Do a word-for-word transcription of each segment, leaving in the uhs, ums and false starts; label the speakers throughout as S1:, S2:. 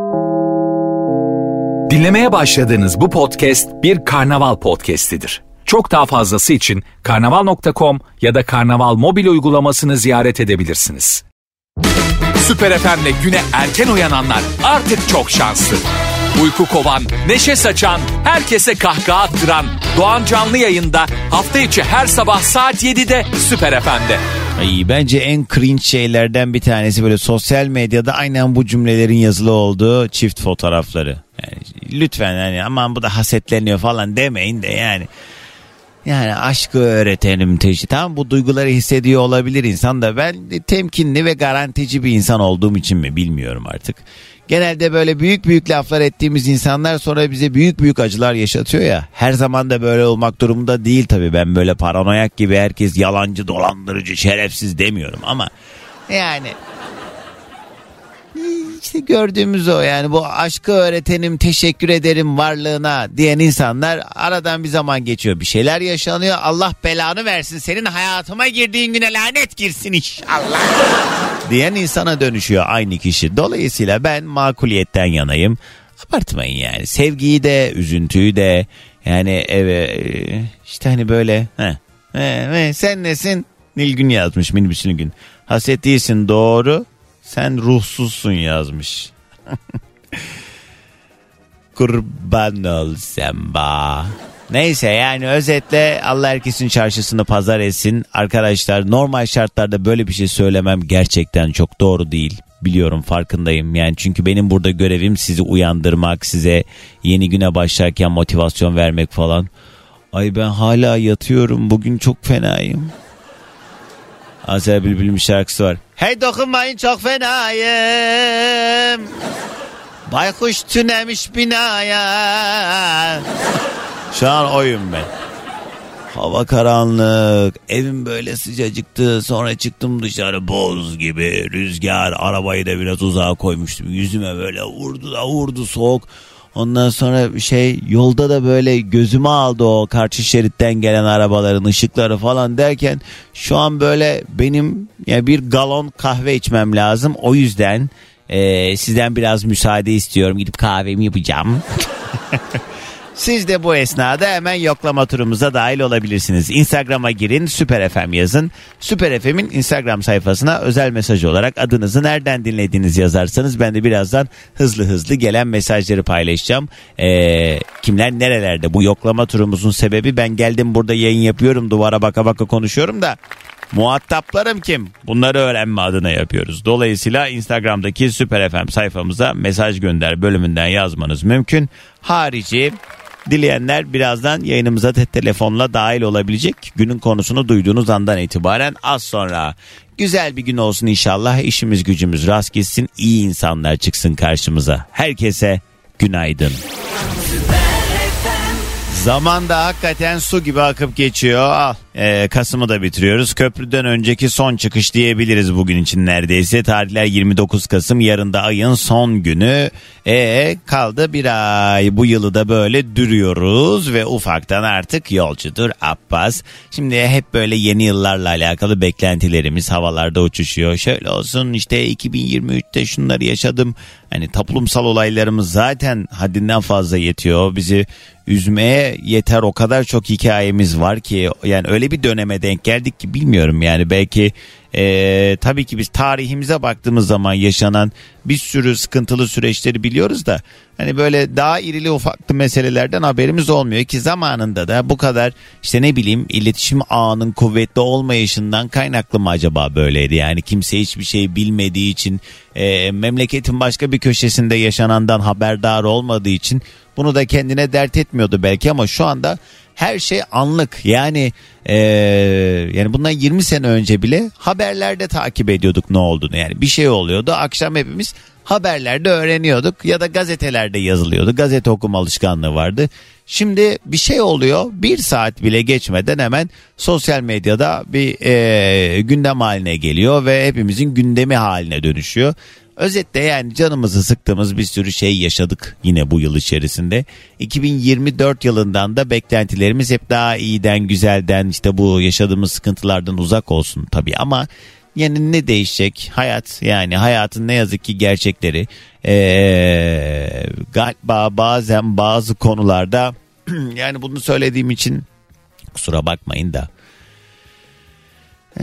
S1: Dinlemeye başladığınız bu podcast bir karnaval podcastidir. Çok daha fazlası için karnaval nokta com ya da karnaval mobil uygulamasını ziyaret edebilirsiniz. Süper F M'le güne erken uyananlar artık çok şanslı. Uyku kovan, neşe saçan, herkese kahkaha attıran Doğan Canlı Yayın'da hafta içi her sabah saat yedide Süper F M'de.
S2: Ay, bence en cringe şeylerden bir tanesi böyle sosyal medyada aynen bu cümlelerin yazılı olduğu çift fotoğrafları. Yani lütfen hani aman bu da hasetleniyor falan demeyin de yani. Yani aşkı öğretenim teşhi. Tamam, bu duyguları hissediyor olabilir insan da ben temkinli ve garantici bir insan olduğum için mi bilmiyorum artık. Genelde böyle büyük büyük laflar ettiğimiz insanlar sonra bize büyük büyük acılar yaşatıyor ya. Her zaman da böyle olmak durumunda değil tabii. Ben böyle paranoyak gibi herkes yalancı, dolandırıcı, şerefsiz demiyorum ama yani işte gördüğümüz o, yani bu aşkı öğretenim, teşekkür ederim varlığına diyen insanlar aradan bir zaman geçiyor, bir şeyler yaşanıyor, Allah belanı versin senin hayatıma girdiğin güne lanet girsin inşallah diyen insana dönüşüyor aynı kişi. Dolayısıyla ben makuliyetten yanayım. Abartmayın yani, sevgiyi de üzüntüyü de yani eve işte hani böyle he, he, he, sen nesin? Nilgün yazmış, minibüs Nilgün. Haset değilsin doğru. Sen ruhsuzsun yazmış. Kurban ol sen ba. Neyse yani özetle Allah herkesin çarşısını pazar etsin. Arkadaşlar normal şartlarda böyle bir şey söylemem gerçekten çok doğru değil. Biliyorum, farkındayım yani, çünkü benim burada görevim sizi uyandırmak, size yeni güne başlarken motivasyon vermek falan. Ay ben hala yatıyorum, bugün çok fenayım. Azer Bülbül'ün bir şarkısı var. Hey dokunmayın çok fenayım. Baykuş tünemiş binaya. Şu an oyum ben. Hava karanlık. Evim böyle sıcacıktı. Sonra çıktım dışarı, boz gibi. Rüzgar, arabayı da biraz uzağa koymuştum. Yüzüme böyle vurdu da vurdu soğuk. Ondan sonra şey, yolda da böyle gözüme aldı o karşı şeritten gelen arabaların ışıkları falan derken şu an böyle benim yani bir galon kahve içmem lazım. O yüzden e, sizden biraz müsaade istiyorum. Gidip kahvemi yapacağım. Siz de bu esnada hemen yoklama turumuza dahil olabilirsiniz. Instagram'a girin, Süper F M yazın. Süper F M'in Instagram sayfasına özel mesaj olarak adınızı, nereden dinlediğinizi yazarsanız ben de birazdan hızlı hızlı gelen mesajları paylaşacağım. Ee, kimler nerelerde? Bu yoklama turumuzun sebebi, ben geldim burada yayın yapıyorum, duvara baka baka konuşuyorum da muhataplarım kim? Bunları öğrenme adına yapıyoruz. Dolayısıyla Instagram'daki Süper F M sayfamıza mesaj gönder bölümünden yazmanız mümkün. Harici dileyenler birazdan yayınımıza te- telefonla dahil olabilecek. Günün konusunu duyduğunuz andan itibaren az sonra. Güzel bir gün olsun inşallah. İşimiz gücümüz rast gitsin. İyi insanlar çıksın karşımıza. Herkese günaydın. Zaman da hakikaten su gibi akıp geçiyor. Al, ee, Kasım'ı da bitiriyoruz. Köprüden önceki son çıkış diyebiliriz bugün için neredeyse. Tarihler yirmi dokuz Kasım, yarın da ayın son günü. E kaldı bir ay. Bu yılı da böyle dürüyoruz ve ufaktan artık yolcudur Abbas. Şimdi hep böyle yeni yıllarla alakalı beklentilerimiz havalarda uçuşuyor. Şöyle olsun işte, iki bin yirmi üçte şunları yaşadım. Hani toplumsal olaylarımız zaten haddinden fazla yetiyor. Bizi üzmeye yeter, o kadar çok hikayemiz var ki yani öyle bir döneme denk geldik ki bilmiyorum yani belki e, tabii ki biz tarihimize baktığımız zaman yaşanan bir sürü sıkıntılı süreçleri biliyoruz da hani böyle daha irili ufaklı meselelerden haberimiz olmuyor ki zamanında da bu kadar işte ne bileyim iletişim ağının kuvvetli olmayışından kaynaklı mı acaba böyleydi? Yani kimse hiçbir şey bilmediği için e, memleketin başka bir köşesinde yaşanandan haberdar olmadığı için bunu da kendine dert etmiyordu belki ama şu anda her şey anlık. Yani ee, yani bundan yirmi sene önce bile haberlerde takip ediyorduk ne olduğunu. Yani bir şey oluyordu, akşam hepimiz haberlerde öğreniyorduk ya da gazetelerde yazılıyordu. Gazete okuma alışkanlığı vardı. Şimdi bir şey oluyor, bir saat bile geçmeden hemen sosyal medyada bir ee, gündem haline geliyor ve hepimizin gündemi haline dönüşüyor. Özetle yani canımızı sıktığımız bir sürü şey yaşadık yine bu yıl içerisinde. iki bin yirmi dört yılından da beklentilerimiz hep daha iyiden, güzelden, işte bu yaşadığımız sıkıntılardan uzak olsun tabii ama Yani ne değişecek? Hayat, yani hayatın ne yazık ki gerçekleri. Ee, galiba bazen bazı konularda yani bunu söylediğim için kusura bakmayın da ee,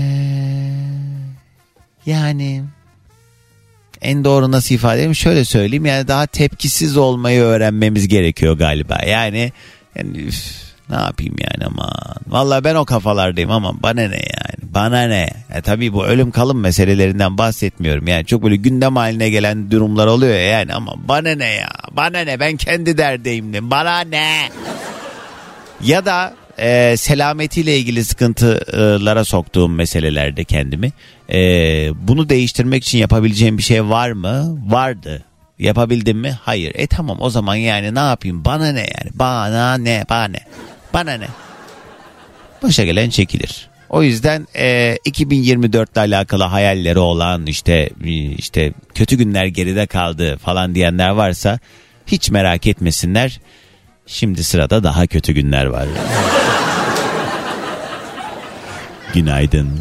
S2: yani en doğru nasıl ifade edeyim, şöyle söyleyeyim, yani daha tepkisiz olmayı öğrenmemiz gerekiyor galiba. Yani, yani üf, ne yapayım yani, aman. Vallahi ben o kafalardayım ama bana ne yani, bana ne. E, tabii bu ölüm kalım meselelerinden bahsetmiyorum. Yani çok böyle gündem haline gelen durumlar oluyor ya yani, ama bana ne ya, bana ne, ben kendi derdeyim, bana ne. Ya da e, selametiyle ilgili sıkıntılara soktuğum meselelerde kendimi. E, bunu değiştirmek için yapabileceğim bir şey var mı? Vardı. Yapabildim mi? Hayır. E tamam, o zaman yani ne yapayım? Bana ne yani? Bana ne? Bana ne? Bana ne? Başa gelen çekilir. O yüzden e, iki bin yirmi dört ile alakalı hayalleri olan, işte işte kötü günler geride kaldı falan diyenler varsa hiç merak etmesinler. Şimdi sırada daha kötü günler var. Günaydın.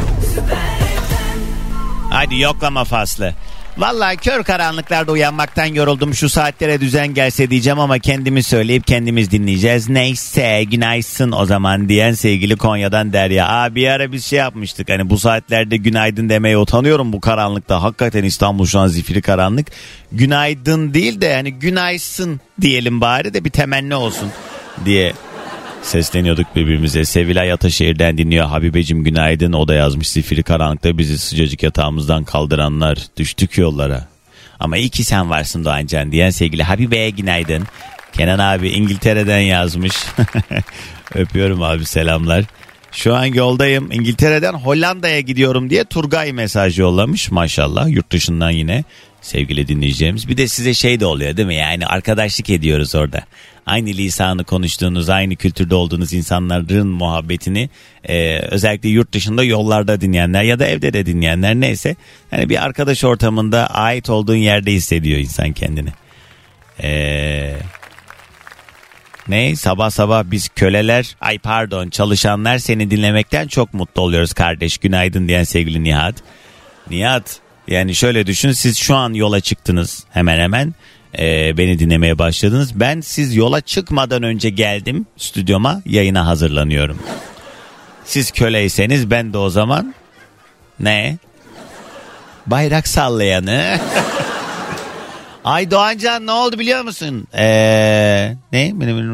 S2: Hadi yoklama faslı. Vallahi kör karanlıklarda uyanmaktan yoruldum. Şu saatlere düzen gelse diyeceğim ama kendimi söyleyip kendimiz dinleyeceğiz. Neyse, günaysın o zaman diyen sevgili Konya'dan Derya. Aa, bir ara biz şey yapmıştık, hani bu saatlerde günaydın demeye utanıyorum bu karanlıkta. Hakikaten İstanbul şu an zifiri karanlık. Günaydın değil de hani günaysın diyelim bari de bir temenni olsun diye sesleniyorduk birbirimize. Sevilay Ataşehir'den dinliyor. Habibeciğim günaydın. O da yazmış, zifiri karanlıkta bizi sıcacık yatağımızdan kaldıranlar, düştük yollara. Ama iyi ki sen varsın Doğancan diyen sevgili Habibe'ye günaydın. Kenan abi İngiltere'den yazmış. Öpüyorum abi, selamlar. Şu an yoldayım. İngiltere'den Hollanda'ya gidiyorum diye Turgay mesaj yollamış. Maşallah, yurt dışından yine sevgili dinleyeceğimiz. Bir de size şey de oluyor değil mi? Yani arkadaşlık ediyoruz orada. Aynı lisanı konuştuğunuz, aynı kültürde olduğunuz insanların muhabbetini e, özellikle yurt dışında yollarda dinleyenler ya da evde de dinleyenler, neyse. Yani bir arkadaş ortamında ait olduğun yerde hissediyor insan kendini. Eee... Ne? Sabah sabah biz köleler, ay pardon çalışanlar seni dinlemekten çok mutlu oluyoruz kardeş. Günaydın diyen sevgili Nihat. Nihat, yani şöyle düşün, siz şu an yola çıktınız hemen hemen. Ee, beni dinlemeye başladınız. Ben siz yola çıkmadan önce geldim stüdyoma, yayına hazırlanıyorum. Siz köleyseniz ben de o zaman ne? Bayrak sallayanı. Ay Doğancan ne oldu biliyor musun? Ee, ne?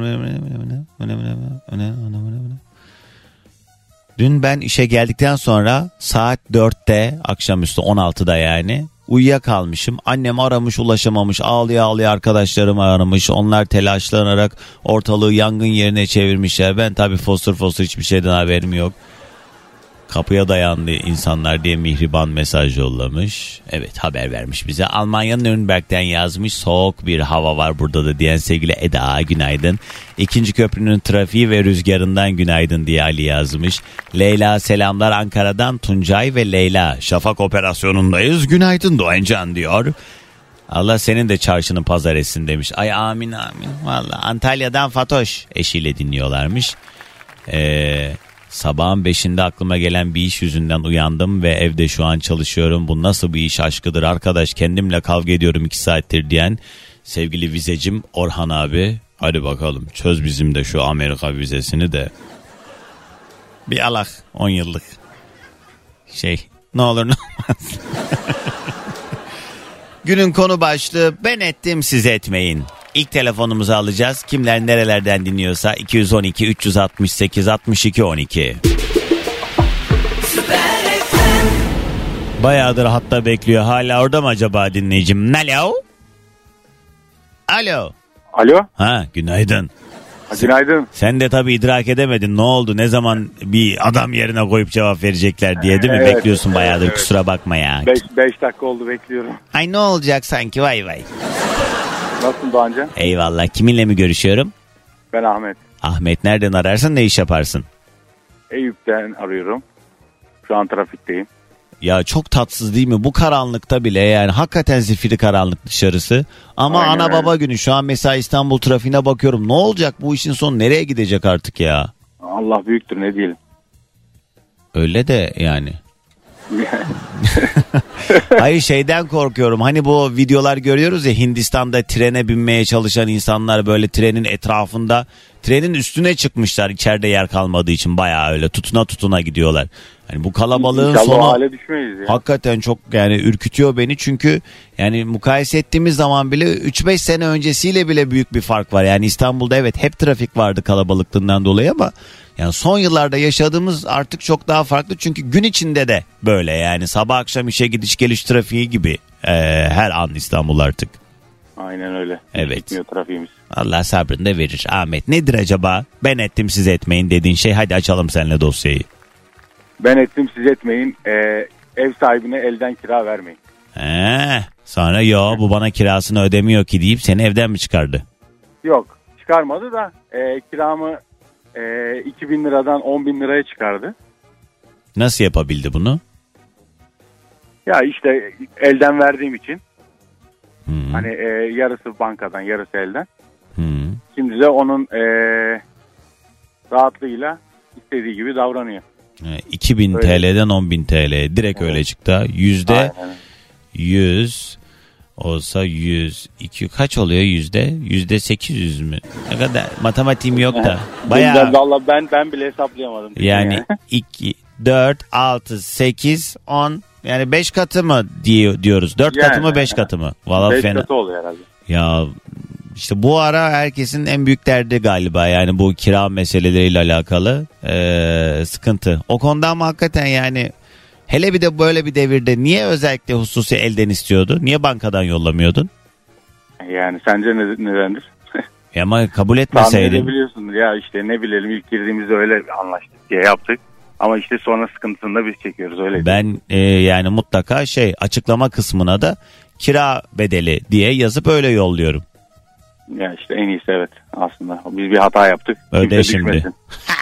S2: Dün ben işe geldikten sonra saat dörtte, akşamüstü on altıda yani uyuyakalmışım. Annem aramış, ulaşamamış, ağlaya ağlaya arkadaşlarımı aramış. Onlar telaşlanarak ortalığı yangın yerine çevirmişler. Ben tabii fosur fosur hiçbir şeyden haberim yok. Kapıya dayandı insanlar diye Mihriban mesaj yollamış. Evet, haber vermiş bize. Almanya'nın Nürnberg'den yazmış. Soğuk bir hava var burada da diyen sevgili Eda günaydın. İkinci köprünün trafiği ve rüzgarından günaydın diye Ali yazmış. Leyla selamlar Ankara'dan Tuncay ve Leyla. Şafak operasyonundayız. Günaydın Doğancan diyor. Allah senin de çarşının pazar etsin demiş. Ay amin amin. Vallahi Antalya'dan Fatoş eşiyle dinliyorlarmış. Eee... Sabahın beşinde aklıma gelen bir iş yüzünden uyandım ve evde şu an çalışıyorum. Bu nasıl bir iş aşkıdır arkadaş, kendimle kavga ediyorum iki saattir diyen sevgili vizecim Orhan abi. Hadi bakalım çöz bizim de şu Amerika vizesini de. Bir alak on yıllık şey, ne olur ne olmaz. Günün konu başlığı ben ettim siz etmeyin. İlk telefonumuzu alacağız. Kimler nerelerden dinliyorsa iki on iki üç altı sekiz altmış iki on iki. Bayağıdır hatta bekliyor. Hala orada mı acaba dinleyicim? Alo? Alo?
S3: Alo?
S2: Ha, günaydın.
S3: Ha, günaydın.
S2: Sen de tabii idrak edemedin. Ne oldu? Ne zaman bir adam yerine koyup cevap verecekler diye değil mi? Evet, bekliyorsun bayağıdır evet. Kusura bakma ya.
S3: beş dakika oldu bekliyorum.
S2: Ay ne olacak sanki, vay vay.
S3: Nasılsın Doğancan?
S2: Eyvallah. Kiminle mi görüşüyorum?
S3: Ben Ahmet.
S2: Ahmet, nereden ararsın, ne iş yaparsın?
S3: Eyüp'ten arıyorum. Şu an trafikteyim.
S2: Ya çok tatsız değil mi? Bu karanlıkta bile, yani hakikaten zifiri karanlık dışarısı. Ama aynen, ana baba günü. Şu an mesela İstanbul trafiğine bakıyorum. Ne olacak bu işin sonu, nereye gidecek artık ya?
S3: Allah büyüktür, ne diyelim.
S2: Öyle de yani. Hayır, şeyden korkuyorum. Hani bu videolar görüyoruz ya, Hindistan'da trene binmeye çalışan insanlar böyle trenin etrafında, trenin üstüne çıkmışlar içeride yer kalmadığı için, bayağı öyle tutuna tutuna gidiyorlar. Hani bu kalabalığın
S3: İnşallah
S2: sonu
S3: o hale düşmeyiz ya.
S2: hakikaten çok yani ürkütüyor beni, çünkü yani mukayese ettiğimiz zaman bile üç beş sene öncesiyle bile büyük bir fark var. Yani İstanbul'da evet hep trafik vardı kalabalıklığından dolayı, ama yani son yıllarda yaşadığımız artık çok daha farklı, çünkü gün içinde de böyle, yani sabah akşam işe gidiş geliş trafiği gibi e, her an İstanbul artık.
S3: Aynen öyle.
S2: Evet.
S3: Gitmiyor trafiğimiz.
S2: Allah sabrını da verir. Ahmet, nedir acaba ben ettim siz etmeyin dediğin şey? Hadi açalım seninle dosyayı.
S3: Ben ettim siz etmeyin. Ee, ev sahibine elden kira vermeyin.
S2: He, sonra yo bu bana kirasını ödemiyor ki deyip seni evden mi çıkardı?
S3: Yok, çıkarmadı da e, kiramı e, iki bin liradan on bin liraya çıkardı.
S2: Nasıl yapabildi bunu?
S3: Ya işte elden verdiğim için.
S2: Hmm.
S3: Hani e, yarısı bankadan, yarısı elden.
S2: Hmm.
S3: Şimdi de onun e, rahatlığıyla istediği gibi davranıyor.
S2: iki bin
S3: Öyle.
S2: T L'den on bin T L direkt
S3: Evet.
S2: öyle çıktı. Yüzde
S3: Aynen.
S2: yüz olsa yüz iki kaç oluyor yüzde? Yüzde sekiz yüz mü? Ne kadar matematiğim yok da. Bayağı.
S3: Vallahi ben ben bile hesaplayamadım.
S2: Yani iki, dört, altı, sekiz, on, yani beş katı mı diye diyoruz. dört
S3: Yani,
S2: katı mı beş katı mı? Vallahi
S3: beş
S2: fena.
S3: katı oluyor herhalde.
S2: Ya işte bu ara herkesin en büyük derdi galiba, yani bu kira meseleleriyle alakalı ee, sıkıntı. O konuda ama hakikaten yani hele bir de böyle bir devirde niye özellikle hususi elden istiyordu? Niye bankadan yollamıyordun?
S3: Yani sence ne, nedendir?
S2: Ya ama kabul
S3: Tahmin
S2: etmeseydin.
S3: edebiliyorsun. Ya işte ne bilelim, ilk girdiğimizde öyle anlaştık diye yaptık. Ama işte sonra sıkıntısını da biz çekiyoruz, öyle.
S2: Ben e, yani mutlaka şey açıklama kısmına da kira bedeli diye yazıp öyle yolluyorum.
S3: Ya işte en iyisi, evet, aslında. Biz bir hata yaptık.
S2: Öde
S3: Kimse
S2: şimdi.
S3: düşmesin.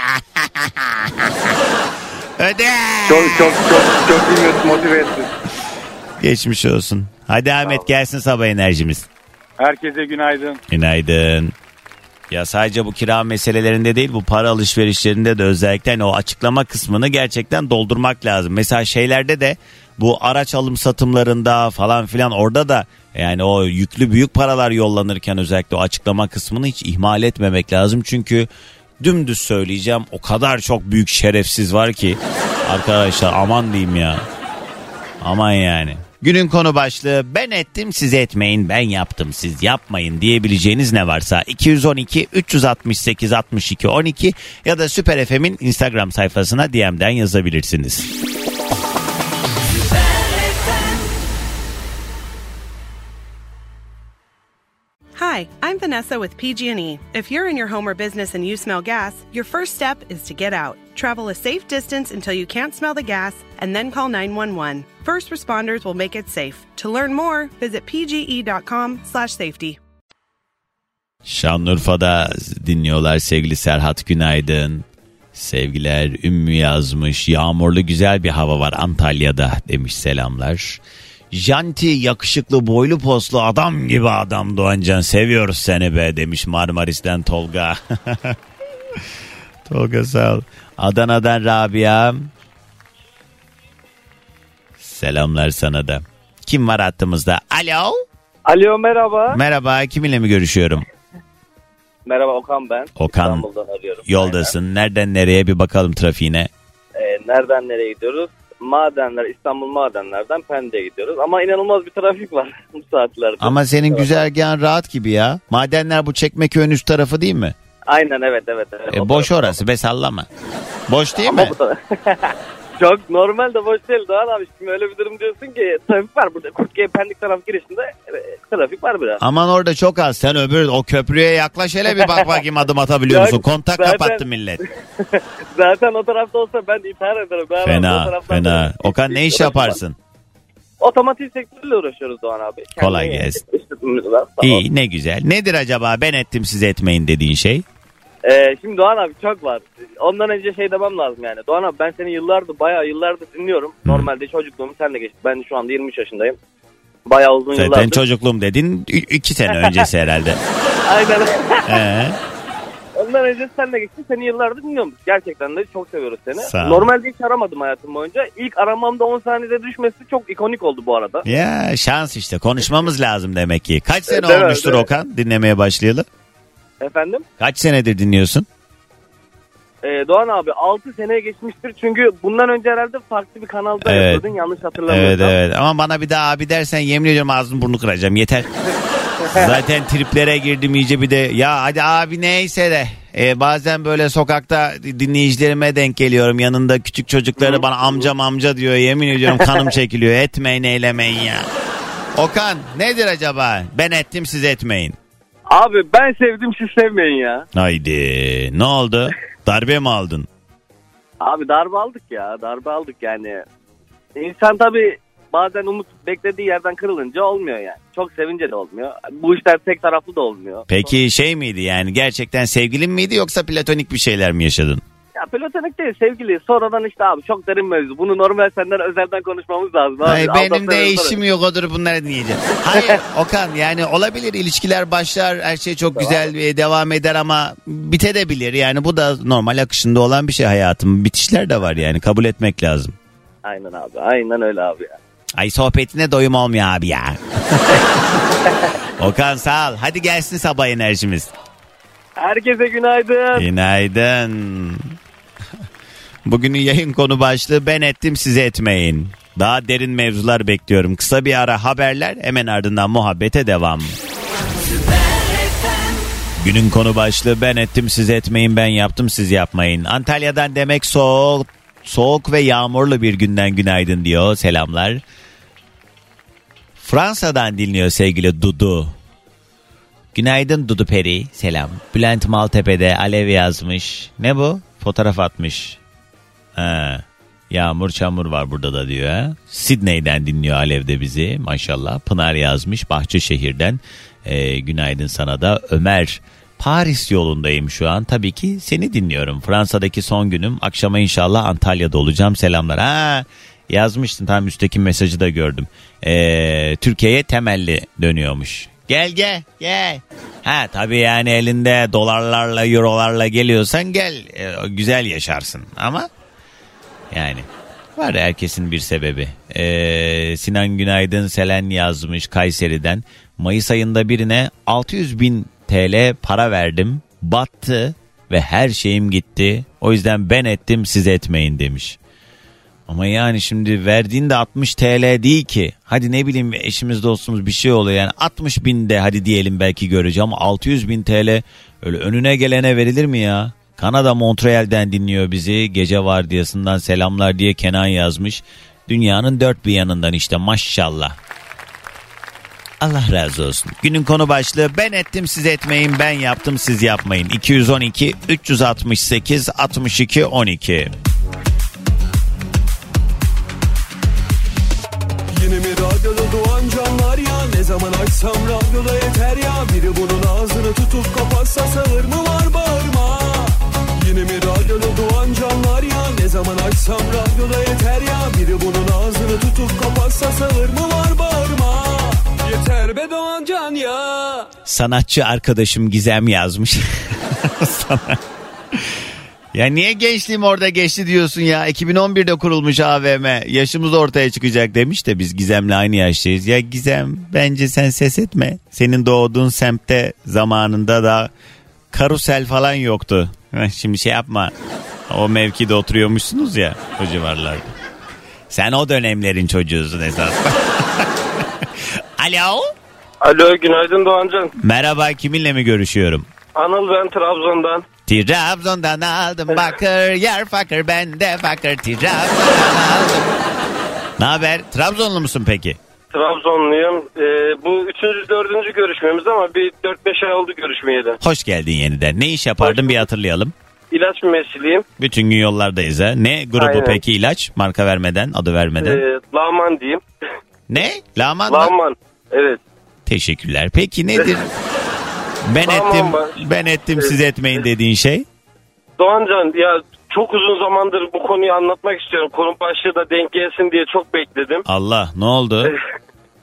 S2: Öde.
S3: Çok çok çok çok iyi motive ettin.
S2: Geçmiş olsun. Hadi Ahmet gelsin sabah enerjimiz.
S3: Herkese günaydın.
S2: Günaydın. Ya sadece bu kira meselelerinde değil, bu para alışverişlerinde de özellikle hani o açıklama kısmını gerçekten doldurmak lazım. Mesela şeylerde de, bu araç alım satımlarında falan filan, orada da yani o yüklü büyük paralar yollanırken özellikle o açıklama kısmını hiç ihmal etmemek lazım. Çünkü dümdüz söyleyeceğim, o kadar çok büyük şerefsiz var ki arkadaşlar, aman diyeyim ya. Aman yani. Günün konu başlığı ben ettim siz etmeyin, ben yaptım siz yapmayın diyebileceğiniz ne varsa iki on iki üç altı sekiz altmış iki on iki ya da Süper F M'in Instagram sayfasına D M'den yazabilirsiniz.
S4: Hi, I'm Vanessa with P G and E. If you're in your home or business and you smell gas, your first step is to get out. Travel a safe distance until you can't smell the gas, and then call nine one one. First responders will make it safe. To learn more, visit pge.com slash safety.
S2: Şanlıurfa'da dinliyorlar sevgili Serhat, günaydın. Sevgiler, Ümmü yazmış. Yağmurlu güzel bir hava var Antalya'da demiş, selamlar. Janti, yakışıklı, boylu poslu adam gibi adam Doğancan, seviyoruz seni be demiş Marmaris'ten Tolga. Tolga sağ ol. Adana'dan Rabia. Selamlar sana da. Kim var hattımızda? Alo.
S5: Alo, merhaba.
S2: Merhaba, kiminle mi görüşüyorum?
S5: Merhaba, Okan ben.
S2: Okan,
S5: İstanbul'dan arıyorum.
S2: yoldasın.
S5: Aynen.
S2: Nereden nereye bir bakalım trafiğine.
S5: Ee, nereden nereye gidiyoruz? Madenler, İstanbul Madenler'den Pendik'e gidiyoruz. Ama inanılmaz bir trafik var bu saatlerde.
S2: Ama senin
S5: Evet.
S2: güzergahın rahat gibi ya. Madenler bu Çekmeköy'ün üst tarafı değil mi?
S5: Aynen, evet evet. evet.
S2: E,
S5: O
S2: boş
S5: taraf.
S2: orası be, sallama. Boş değil
S5: Ama
S2: mi?
S5: bu taraf- Çok normal de boş değil Doğan abi. Şimdi öyle bir durum diyorsun ki trafik var burada. Kurtköy Pendik taraf girişinde e, trafik var biraz.
S2: Aman orada çok az. Sen öbür o köprüye yaklaş hele bir bak bakayım, adım atabiliyor musun?
S5: Yok,
S2: Kontak
S5: zaten-
S2: kapattı millet.
S5: Zaten o tarafta olsa ben de intihar ederim. Doğan abi, o
S2: Fena
S5: taraftan
S2: fena.
S5: da-
S2: Okan, ne iş
S5: Uğraşmam.
S2: yaparsın?
S5: Otomotiv sektörüyle uğraşıyoruz Doğan abi. Kendi
S2: Kolay gelsin.
S5: işletmemiz var. Sağ ol.
S2: İyi, ne güzel. Nedir acaba ben ettim siz etmeyin dediğin şey?
S5: Ee, şimdi Doğan abi çok var. Ondan önce şey demem lazım yani. Doğan abi ben seni yıllardır, bayağı yıllardır dinliyorum.
S2: Hı.
S5: Normalde çocukluğum senle geçti. Ben şu anda yirmi üç yaşındayım. Bayağı uzun
S2: Zaten
S5: yıllardır.
S2: çocukluğum dedin ü- iki sene öncesi herhalde.
S5: Aynen.
S2: Ee,
S5: ondan önce senle geçtim. Seni yıllardır dinliyorum. Gerçekten de çok seviyoruz seni.
S2: Sağ ol.
S5: Normalde hiç aramadım hayatım boyunca. İlk aramamda on saniyede düşmesi çok ikonik oldu bu arada.
S2: Ya şans işte. Konuşmamız lazım demek ki. Kaç sene
S5: Evet,
S2: olmuştur
S5: evet.
S2: Okan dinlemeye başlayalı?
S5: Efendim?
S2: Kaç senedir dinliyorsun?
S5: Ee, Doğan abi altı seneye geçmiştir. Çünkü bundan önce herhalde farklı bir kanalda
S2: Evet.
S5: yapıyordun. Yanlış hatırlamıyorsam.
S2: Evet evet ama bana bir daha abi dersen yemin ediyorum ağzını burnunu kıracağım yeter. Zaten triplere girdim iyice bir de ya hadi abi neyse de e, bazen böyle sokakta dinleyicilerime denk geliyorum yanında küçük çocukları bana amcam amca diyor yemin ediyorum kanım çekiliyor etmeyin eylemeyin ya. Okan nedir acaba ben ettim siz etmeyin.
S5: Abi ben sevdim siz sevmeyin ya.
S2: Haydi ne oldu darbe mi aldın?
S5: Abi darbe aldık ya darbe aldık yani. İnsan tabii bazen umut beklediği yerden kırılınca olmuyor yani. Çok sevince de olmuyor. Bu işler tek taraflı da olmuyor.
S2: Peki şey miydi yani gerçekten sevgilin miydi yoksa platonik bir şeyler mi yaşadın?
S5: Ya platonik değil sevgili. Sonradan işte abi çok derin mevzu. Bunu normal senden özelden konuşmamız lazım. Abi.
S2: Ay, benim
S5: Aldatma
S2: de
S5: mevzuları.
S2: işim yok odur bunları dinleyeceğim. Hayır Okan yani olabilir ilişkiler başlar her şey çok güzel ve devam eder ama bitebilir. Yani bu da normal akışında olan bir şey hayatım. Bitişler de var yani kabul etmek lazım.
S5: Aynen abi aynen öyle abi ya.
S2: Ay sohbetine doyum olmuyor abi ya. Okan sağ ol. Hadi gelsin sabah enerjimiz.
S5: Herkese günaydın.
S2: Günaydın. Bugünün yayın konu başlığı ben ettim size etmeyin. Daha derin mevzular bekliyorum. Kısa bir ara haberler hemen ardından muhabbete devam. Günün konu başlığı ben ettim siz etmeyin ben yaptım siz yapmayın. Antalya'dan demek soğuk, soğuk ve yağmurlu bir günden günaydın diyor selamlar. Fransa'dan dinliyor sevgili Dudu. Günaydın Dudu Peri selam. Bülent Maltepe'de Alev yazmış. Ne bu? Fotoğraf atmış. Ha, yağmur çamur var burada da diyor. Ha? Sydney'den dinliyor Alev de bizi maşallah. Pınar yazmış Bahçeşehir'den. Ee, günaydın sana da Ömer. Paris yolundayım şu an. Tabii ki seni dinliyorum. Fransa'daki son günüm. Akşama inşallah Antalya'da olacağım. Selamlar. Ha, yazmıştın tam üstteki mesajı da gördüm. Ee, Türkiye'ye temelli dönüyormuş. Gel gel gel. Ha tabii yani elinde dolarlarla eurolarla geliyorsan gel. Ee, güzel yaşarsın ama yani var herkesin bir sebebi. Ee, Sinan Günaydın Selen yazmış Kayseri'den. Mayıs ayında birine altı yüz bin T L para verdim. Battı ve her şeyim gitti. O yüzden ben ettim siz etmeyin demiş. Ama yani şimdi verdiğin de altmış T L değil ki. Hadi ne bileyim eşimiz dostumuz bir şey oluyor yani altmış bin de hadi diyelim belki göreceğim. altı yüz bin T L öyle önüne gelene verilir mi ya? Kanada Montreal'den dinliyor bizi. Gece vardiyasından selamlar diye Kenan yazmış. Dünyanın dört bir yanından işte maşallah. Allah razı olsun. Günün konu başlığı ben ettim siz etmeyin ben yaptım siz yapmayın. iki yüz on iki üç altı sekiz altmış iki on iki.
S6: Yine mi radyoda doğan canlar ya? Ne zaman açsam radyoda yeter ya. Biri bunun ağzını tutup kapatsa sağır mı var bağırma. Yine mi radyoda doğan canlar ya? Ne zaman açsam radyoda yeter ya. Biri bunun ağzını tutup kapatsa sağır mı var bağırma. Yeter be doğan can ya.
S2: Sanatçı arkadaşım Gizem yazmış. Sana. Ya niye gençliğim orada geçti diyorsun ya? iki bin on birde kurulmuş A V M. Yaşımız ortaya çıkacak demiş de biz Gizem'le aynı yaştayız. Ya Gizem bence sen ses etme. Senin doğduğun semtte zamanında da karusel falan yoktu. Şimdi şey yapma. O mevkide oturuyormuşsunuz ya o civarlarda. Sen o dönemlerin çocuğusun esas. Alo.
S5: Alo günaydın Doğancan.
S2: Merhaba kiminle mi görüşüyorum?
S5: Anıl ben Trabzon'dan.
S2: Trabzon'dan aldım bakır yer fakir ben de fakir Trabzon'dan aldım. Ne haber? Trabzonlu musun peki?
S5: Trabzonluyum. Ee, bu üçüncü, dördüncü görüşmemiz ama bir dört beş ay oldu görüşmeyeli.
S2: Hoş geldin yeniden. Ne iş yapardın bir hatırlayalım.
S5: İlaç mümessiliyim.
S2: Bütün gün yollardayız ha. Ne grubu
S5: Aynen.
S2: peki ilaç? Marka vermeden, adı vermeden.
S5: Ee, Laman diyeyim.
S2: Ne? Laman mı?
S5: Laman. Evet.
S2: Teşekkürler. Peki nedir? Ben
S5: Tamam,
S2: ettim,
S5: ben-
S2: ben ettim siz etmeyin dediğin şey?
S5: Doğancan ya çok uzun zamandır bu konuyu anlatmak istiyorum. Konu başlığı da denk gelsin diye çok bekledim.
S2: Allah ne oldu?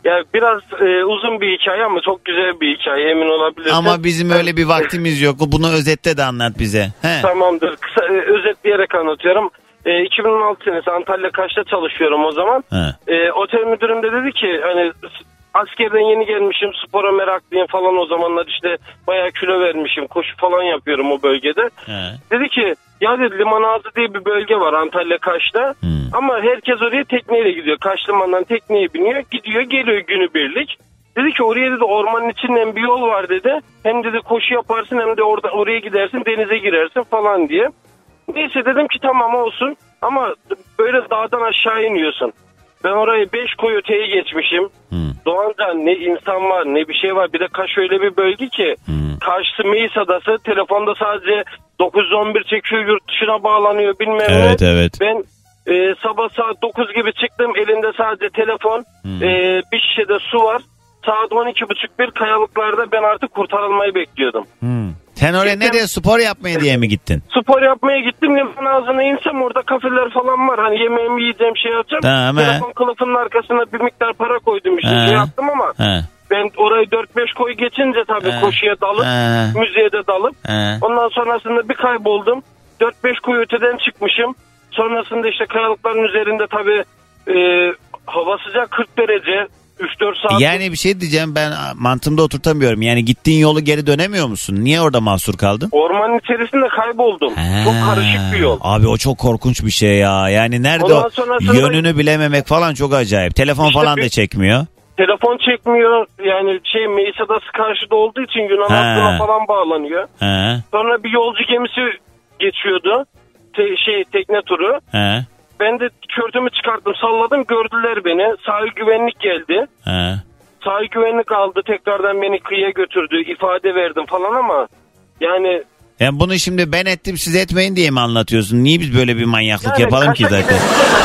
S7: Ya biraz e, uzun bir hikaye ama çok güzel bir hikaye, emin olabilirsin.
S2: Ama bizim öyle bir vaktimiz yok. Bunu özetle de anlat bize. He.
S7: Tamamdır. Kısa, e, özetleyerek anlatıyorum. E, iki bin on altı senesi Antalya Kaş'ta çalışıyorum o zaman. E, otel müdürüm de dedi ki hani askerden yeni gelmişim, spora meraklıyım falan, o zamanlar işte bayağı kilo vermişim, koşu falan yapıyorum o bölgede. He. Dedi ki ya dedi, Limanağzı diye bir bölge var Antalya Kaş'ta. Hmm. Ama herkes oraya tekneyle gidiyor. Kaş limandan tekneye biniyor, gidiyor geliyor günübirlik. Dedi ki oraya dedi ormanın içinden bir yol var dedi. Hem dedi koşu yaparsın hem de orada oraya gidersin, denize girersin falan diye. Neyse dedim ki tamam olsun ama böyle dağdan aşağı iniyorsun. Ben orayı beş koy öteye geçmişim. Hmm. Doğanca ne insan var ne bir şey var. Bir de Kaş öyle bir bölge ki. Hmm. Kaş'sı Meis Adası. Telefonda sadece dokuz on bir çekiyor, yurt dışına bağlanıyor bilmem ne.
S2: Evet evet.
S7: Ben e, sabah saat dokuz gibi çıktım. Elinde sadece telefon. Hmm. E, bir şişede su var. Saat on iki buçuk bir kayalıklarda ben artık kurtarılmayı bekliyordum.
S2: Hmm. Sen oraya ne diye, spor yapmaya diye mi gittin?
S7: Spor yapmaya gittim. Liman ağzına insem orada kafeler falan var. Hani yemeğimi yiyeceğim, şey yapacağım.
S2: Tamam,
S7: telefon kılıfının arkasına bir miktar para koydum işte. Şey yaptım ama he. Ben orayı dört beş koy geçince tabii he. koşuya dalıp he. müziğe de dalıp he. ondan sonrasında bir kayboldum. dört beş koy öteden çıkmışım. Sonrasında işte kayalıkların üzerinde tabii e, hava sıcak, kırk derece. üç dört saat.
S2: Yani bir şey diyeceğim, ben mantığımda oturtamıyorum. Yani gittiğin yolu geri dönemiyor musun? Niye orada mahsur kaldın?
S7: Ormanın içerisinde kayboldum. He. Çok karışık bir yol.
S2: Abi o çok korkunç bir şey ya. Yani nerede o yönünü bilememek falan çok acayip. Telefon işte falan bir, da çekmiyor.
S7: Telefon çekmiyor. Yani şey Meis Adası karşıda olduğu için Yunan hattına falan bağlanıyor. He. Sonra bir yolcu gemisi geçiyordu. Te, şey tekne turu. He. Ben de körtümü çıkarttım, salladım, gördüler beni. Sahil güvenlik geldi. He. Sahil güvenlik aldı, tekrardan beni kıyıya götürdü, ifade verdim falan ama yani...
S2: Yani bunu şimdi ben ettim siz etmeyin diye mi anlatıyorsun? Niye biz böyle bir manyaklık yani yapalım ki zaten?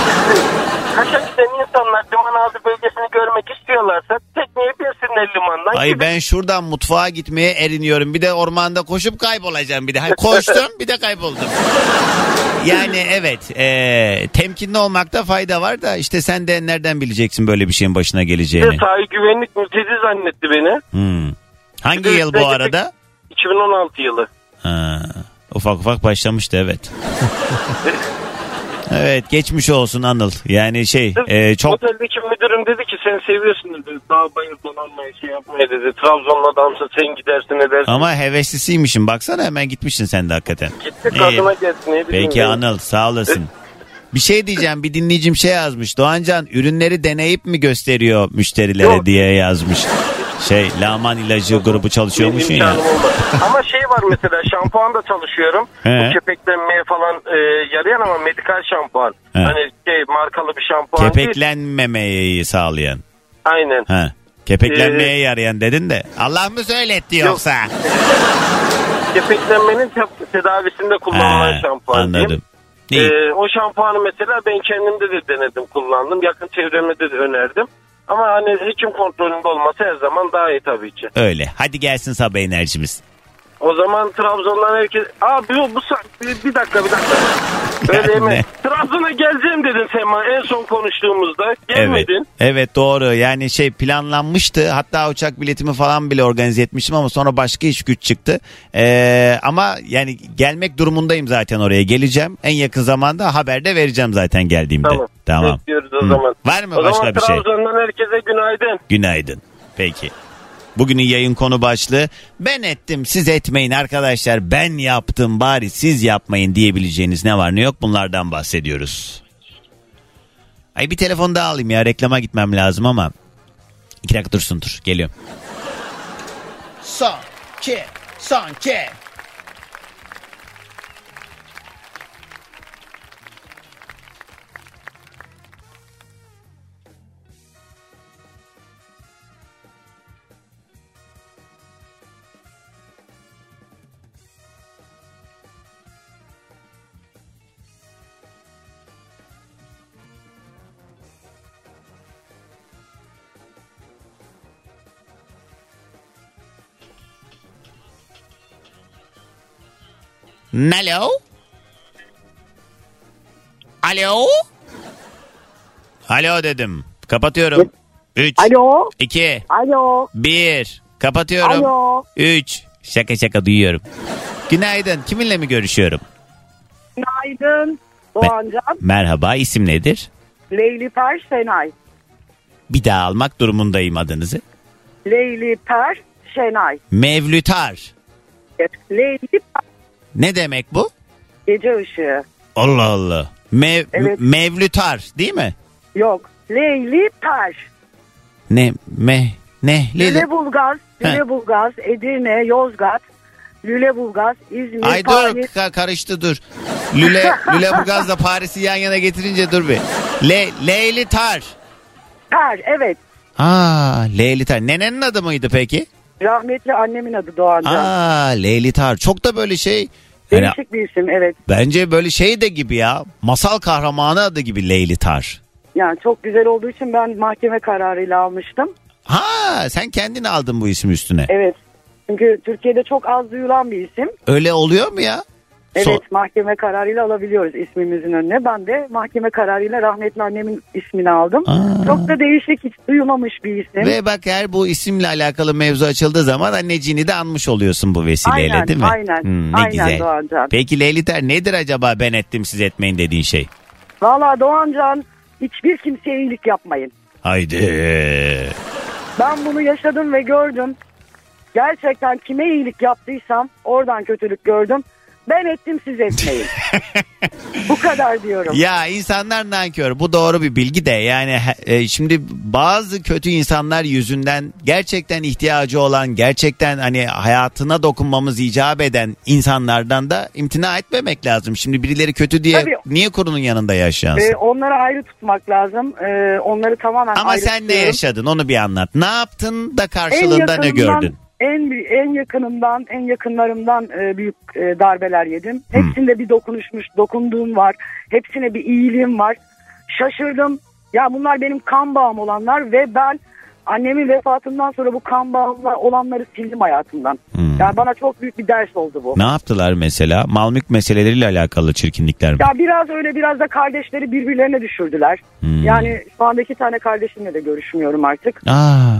S7: Kaş'a giden insanlar Limanağzı bölgesini görmek istiyorlarsa tekneye binsinler limandan.
S2: Ay gidin. Ben şuradan mutfağa gitmeye eriniyorum. Bir de ormanda koşup kaybolacağım bir de. Hani koştum bir de kayboldum. Yani evet e, temkinli olmakta fayda var da işte sen de nereden bileceksin böyle bir şeyin başına geleceğini?
S7: Sahil güvenlik mülteci zannetti beni.
S2: Hmm. Hangi bir yıl bu arada?
S7: iki bin on altı yılı.
S2: Ha, ufak ufak başlamıştı evet. Evet geçmiş olsun Anıl. Yani şey e, çok...
S7: Oteldeki müdürüm dedi ki sen seviyorsun dedi. Dağ bayır dolanmayı şey yapmayı dedi. Trabzon'la dansa sen gidersin edersin.
S2: Ama heveslisiymişsin baksana, hemen gitmişsin sen de hakikaten.
S7: Gittik kadına gelsin.
S2: Peki yani. Anıl sağ olasın. Bir şey diyeceğim, bir dinleyicim şey yazmış. Doğancan ürünleri deneyip mi gösteriyor müşterilere Yok. diye yazmış. Şey Laman ilacı grubu çalışıyormuşsun ya.
S7: Ama şey var mesela şampuan da çalışıyorum. Bu kepeklenmeye falan e, yarayan ama medikal şampuan. He. Hani şey markalı bir şampuan
S2: Kepeklenmemeyi değil. sağlayan.
S7: Aynen.
S2: He. Kepeklenmeye ee, yarayan dedin de Allah mı söyletti yoksa?
S7: Kepeklenmenin te- tedavisinde kullanılan He, şampuan.
S2: Anladım.
S7: Ee, o şampuanı mesela ben kendimde de denedim, kullandım. Yakın çevreme de önerdim. Ama hani hekim kontrolünde olması her zaman daha iyi tabii ki.
S2: Öyle. Hadi gelsin sabah enerjimiz.
S7: O zaman Trabzon'dan herkes... Aa bu, bu bir, bir dakika bir dakika. Öyle mi? Trabzon'a geleceğim dedin Sema en son konuştuğumuzda. Gelmedin.
S2: Evet, evet doğru. Yani şey planlanmıştı. Hatta uçak biletimi falan bile organize etmiştim ama sonra başka iş güç çıktı. Ee, ama yani gelmek durumundayım zaten oraya. Geleceğim. En yakın zamanda haber de vereceğim zaten geldiğimde.
S7: Tamam.
S2: Tamam.
S7: Bekliyoruz o Hı. zaman.
S2: Var mı
S7: o
S2: başka bir şey?
S7: O zaman Trabzon'dan herkese günaydın.
S2: Günaydın. Peki. Bugünün yayın konu başlığı ben ettim siz etmeyin arkadaşlar, ben yaptım bari siz yapmayın diyebileceğiniz ne var ne yok bunlardan bahsediyoruz. Ay bir telefon daha alayım ya, reklama gitmem lazım ama iki dakika dursun dur geliyorum. Son ki son ki. Alo? Alo? Alo dedim. Kapatıyorum. üç.
S8: Alo.
S2: iki.
S8: Alo.
S2: bir. Kapatıyorum.
S8: Alo.
S2: üç. Şaka şaka duyuyorum. Günaydın. Kiminle mi görüşüyorum?
S8: Günaydın. Doğancan.
S2: Merhaba. İsim nedir?
S8: Leyliper Şenay.
S2: Bir daha almak durumundayım adınızı.
S8: Leyliper Şenay.
S2: Mevlütar.
S8: Evet. Leyliper.
S2: Ne demek bu?
S8: Gece ışığı.
S2: Allah Allah. Mev,
S8: Evet.
S2: Mevlütar değil mi?
S8: Yok. Leyliper.
S2: Ne? Me? Ne?
S8: Lüleburgaz, Lüleburgaz, Edirne, Yozgat, Lüleburgaz, İzmir,
S2: Ay dur
S8: Paris.
S2: ka- karıştı dur. Lüle, Lüleburgaz'la Paris'i yan yana getirince dur bir. Le, Leylitar.
S8: Per, evet.
S2: Aa, Leylitar. Nenenin adı mıydı peki?
S8: Rahmetli annemin adı Doğancan.
S2: Aa, Leylitar. Çok da böyle şey. Yani
S8: Değişik bir isim, evet.
S2: bence böyle şey de gibi ya. Masal kahramanı adı gibi Leylitar.
S8: Yani çok güzel olduğu için ben mahkeme kararıyla almıştım.
S2: Ha, sen kendin aldın bu ismi üstüne.
S8: Evet. Çünkü Türkiye'de çok az duyulan bir isim.
S2: Öyle oluyor mu ya?
S8: Evet,
S2: So-
S8: mahkeme kararıyla alabiliyoruz ismimizin önüne. Ben de mahkeme kararıyla rahmetli annemin ismini aldım.
S2: Aa.
S8: Çok da değişik, hiç duyulmamış bir isim.
S2: Ve bak her bu isimle alakalı mevzu açıldığı zaman anneciğini de anmış oluyorsun bu vesileyle,
S8: Aynen,
S2: değil mi?
S8: aynen.
S2: Hmm, ne
S8: Aynen
S2: güzel.
S8: Doğancan.
S2: Peki Leylitar, nedir acaba ben ettim siz etmeyin dediğin şey?
S8: Valla Doğancan, hiçbir kimseye iyilik yapmayın.
S2: Haydi.
S8: Ben bunu yaşadım ve gördüm. Gerçekten kime iyilik yaptıysam oradan kötülük gördüm. Ben ettim, siz etmeyin. Bu kadar diyorum.
S2: Ya insanlar nankör, bu doğru bir bilgi de yani e, şimdi bazı kötü insanlar yüzünden gerçekten ihtiyacı olan, gerçekten hani hayatına dokunmamız icap eden insanlardan da imtina etmemek lazım. Şimdi birileri kötü diye
S8: Tabii.
S2: niye kurunun yanında yaşansın?
S8: Ee, onları ayrı tutmak lazım. Ee, onları tamamen
S2: Ama
S8: ayrı
S2: sen ne
S8: tutuyorum.
S2: yaşadın onu bir anlat. Ne yaptın da
S8: En
S2: karşılığında ne
S8: yakınımdan-
S2: gördün?
S8: En en yakınımdan, en yakınlarımdan e, büyük e, darbeler yedim. Hepsinde bir dokunuşmuş, dokunduğum var. Hepsine bir iyiliğim var. Şaşırdım. Ya bunlar benim kan bağım olanlar ve ben annemin vefatından sonra bu kan bağımla olanları sildim hayatımdan.
S2: Hmm.
S8: Yani bana çok büyük bir ders oldu bu.
S2: Ne yaptılar mesela? Mal mülk meseleleriyle alakalı çirkinlikler mi?
S8: Ya biraz öyle, biraz da kardeşleri birbirlerine düşürdüler.
S2: Hmm.
S8: Yani şu anda iki tane kardeşimle de görüşmüyorum artık.
S2: Aa.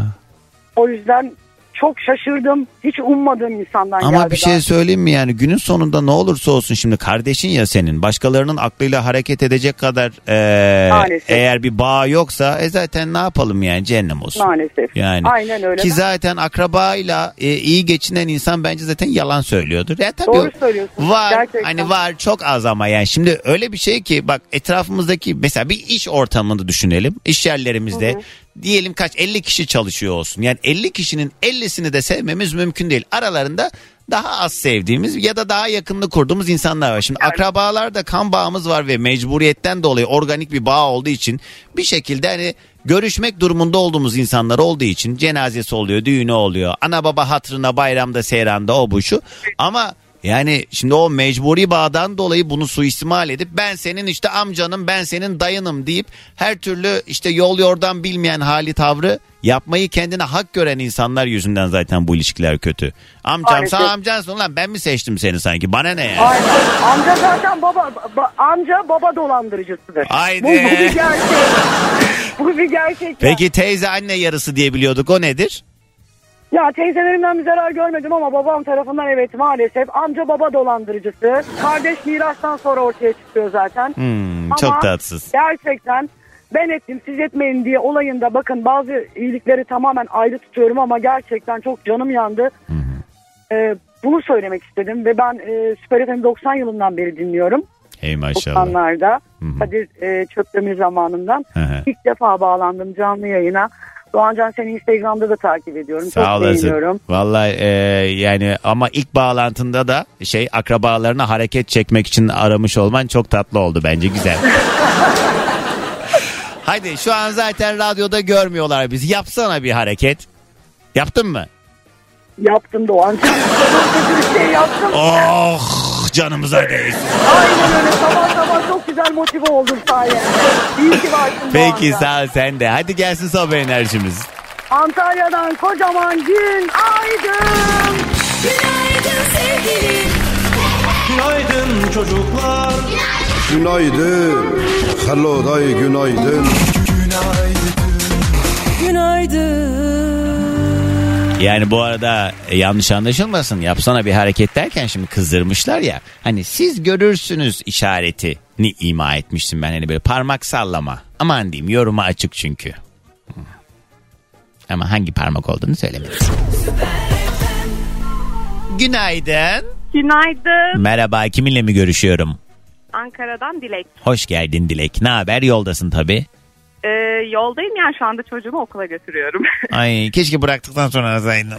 S8: O yüzden çok şaşırdım. Hiç ummadığım insandan geldi.
S2: Ama bir şey
S8: daha.
S2: söyleyeyim mi, yani günün sonunda ne olursa olsun şimdi kardeşin ya senin, başkalarının aklıyla hareket edecek kadar e,
S8: Maalesef.
S2: eğer bir bağ yoksa e zaten ne yapalım yani, cehennem olsun.
S8: Maalesef.
S2: Yani.
S8: Aynen öyle.
S2: Ki zaten akrabayla e, iyi geçinen insan bence zaten yalan söylüyordur. Ya tabii
S8: Doğru söylüyorsun.
S2: var,
S8: Gerçekten.
S2: hani var çok az ama yani şimdi öyle bir şey ki bak, etrafımızdaki mesela bir iş ortamını düşünelim. İş yerlerimizde
S8: Hı hı.
S2: diyelim kaç elli kişi çalışıyor olsun. Yani elli kişinin ellisini de sevmemiz mümkün değil. Aralarında daha az sevdiğimiz ya da daha yakınlık kurduğumuz insanlar var. Şimdi
S8: Evet.
S2: akrabalarda kan bağımız var ve mecburiyetten dolayı organik bir bağ olduğu için bir şekilde hani görüşmek durumunda olduğumuz insanlar olduğu için cenazesi oluyor, düğünü oluyor. Ana baba hatırına bayramda, seyranda, o bu şu. Ama yani şimdi o mecburi bağdan dolayı bunu suistimal edip ben senin işte amcanım, ben senin dayınım deyip her türlü işte yol yordan bilmeyen hali tavrı yapmayı kendine hak gören insanlar yüzünden zaten bu ilişkiler kötü. Amcam
S8: Maalesef.
S2: sen amcansın lan, ben mi seçtim seni sanki, bana ne yani?
S8: Aynen. Amca zaten baba, ba- amca baba dolandırıcısıdır.
S2: Haydi.
S8: Bu, bu bir gerçek. Bu bir gerçek.
S2: Peki
S8: ya.
S2: teyze anne yarısı diye biliyorduk, o nedir?
S8: Ya teyzelerimden bir zarar görmedim ama babam tarafından evet maalesef amca baba dolandırıcısı. Kardeş mirastan sonra ortaya çıkıyor zaten.
S2: Hmm,
S8: Ama
S2: çok tatsız.
S8: gerçekten ben ettim siz etmeyin diye olayında bakın bazı iyilikleri tamamen ayrı tutuyorum ama gerçekten çok canım yandı.
S2: Hı hı.
S8: Ee, bunu söylemek istedim ve ben e, Süper F M doksan yılından beri dinliyorum.
S2: Hey maşallah.
S8: doksanlarda
S2: Hı hı.
S8: Kadir e, Çöptemir zamanından
S2: Hı hı.
S8: ilk defa bağlandım canlı yayına. Doğancan seni Instagram'da da takip ediyorum.
S2: Sağ
S8: çok
S2: olasın.
S8: beğeniyorum.
S2: Vallahi e, yani ama ilk bağlantında da şey, akrabalarına hareket çekmek için aramış olman çok tatlı oldu bence, güzel. Hadi şu an zaten radyoda görmüyorlar bizi. Yapsana bir hareket. Yaptın mı?
S8: Yaptım Doğancan. Çok kötü bir şey yaptım.
S2: Oh, canımıza değsin.
S8: Aynen öyle, sabah sabah çok güzel motive oldum sayende. İyi ki varsın
S2: Peki
S8: Doğancan.
S2: sağ ol, sen de. Hadi gelsin sabah enerjimiz.
S8: Antalya'dan kocaman gün aydın.
S9: Günaydın sevgilim.
S6: Günaydın çocuklar.
S10: Günaydın. Hello day günaydın.
S6: Günaydın.
S9: günaydın.
S2: Yani bu arada e, yanlış anlaşılmasın, yapsana bir hareket derken şimdi kızdırmışlar ya. Hani siz görürsünüz işaretini ima etmiştim ben, hani böyle parmak sallama. Aman diyeyim, yoruma açık çünkü. Ama hangi parmak olduğunu söylemedim. Günaydın.
S10: Günaydın.
S2: Merhaba, kiminle mi görüşüyorum?
S10: Ankara'dan Dilek.
S2: Hoş geldin Dilek. Ne haber? Yoldasın tabii.
S10: Ee, yoldayım yani, şu anda çocuğumu okula götürüyorum.
S2: Ay, keşke bıraktıktan sonra arasaydın.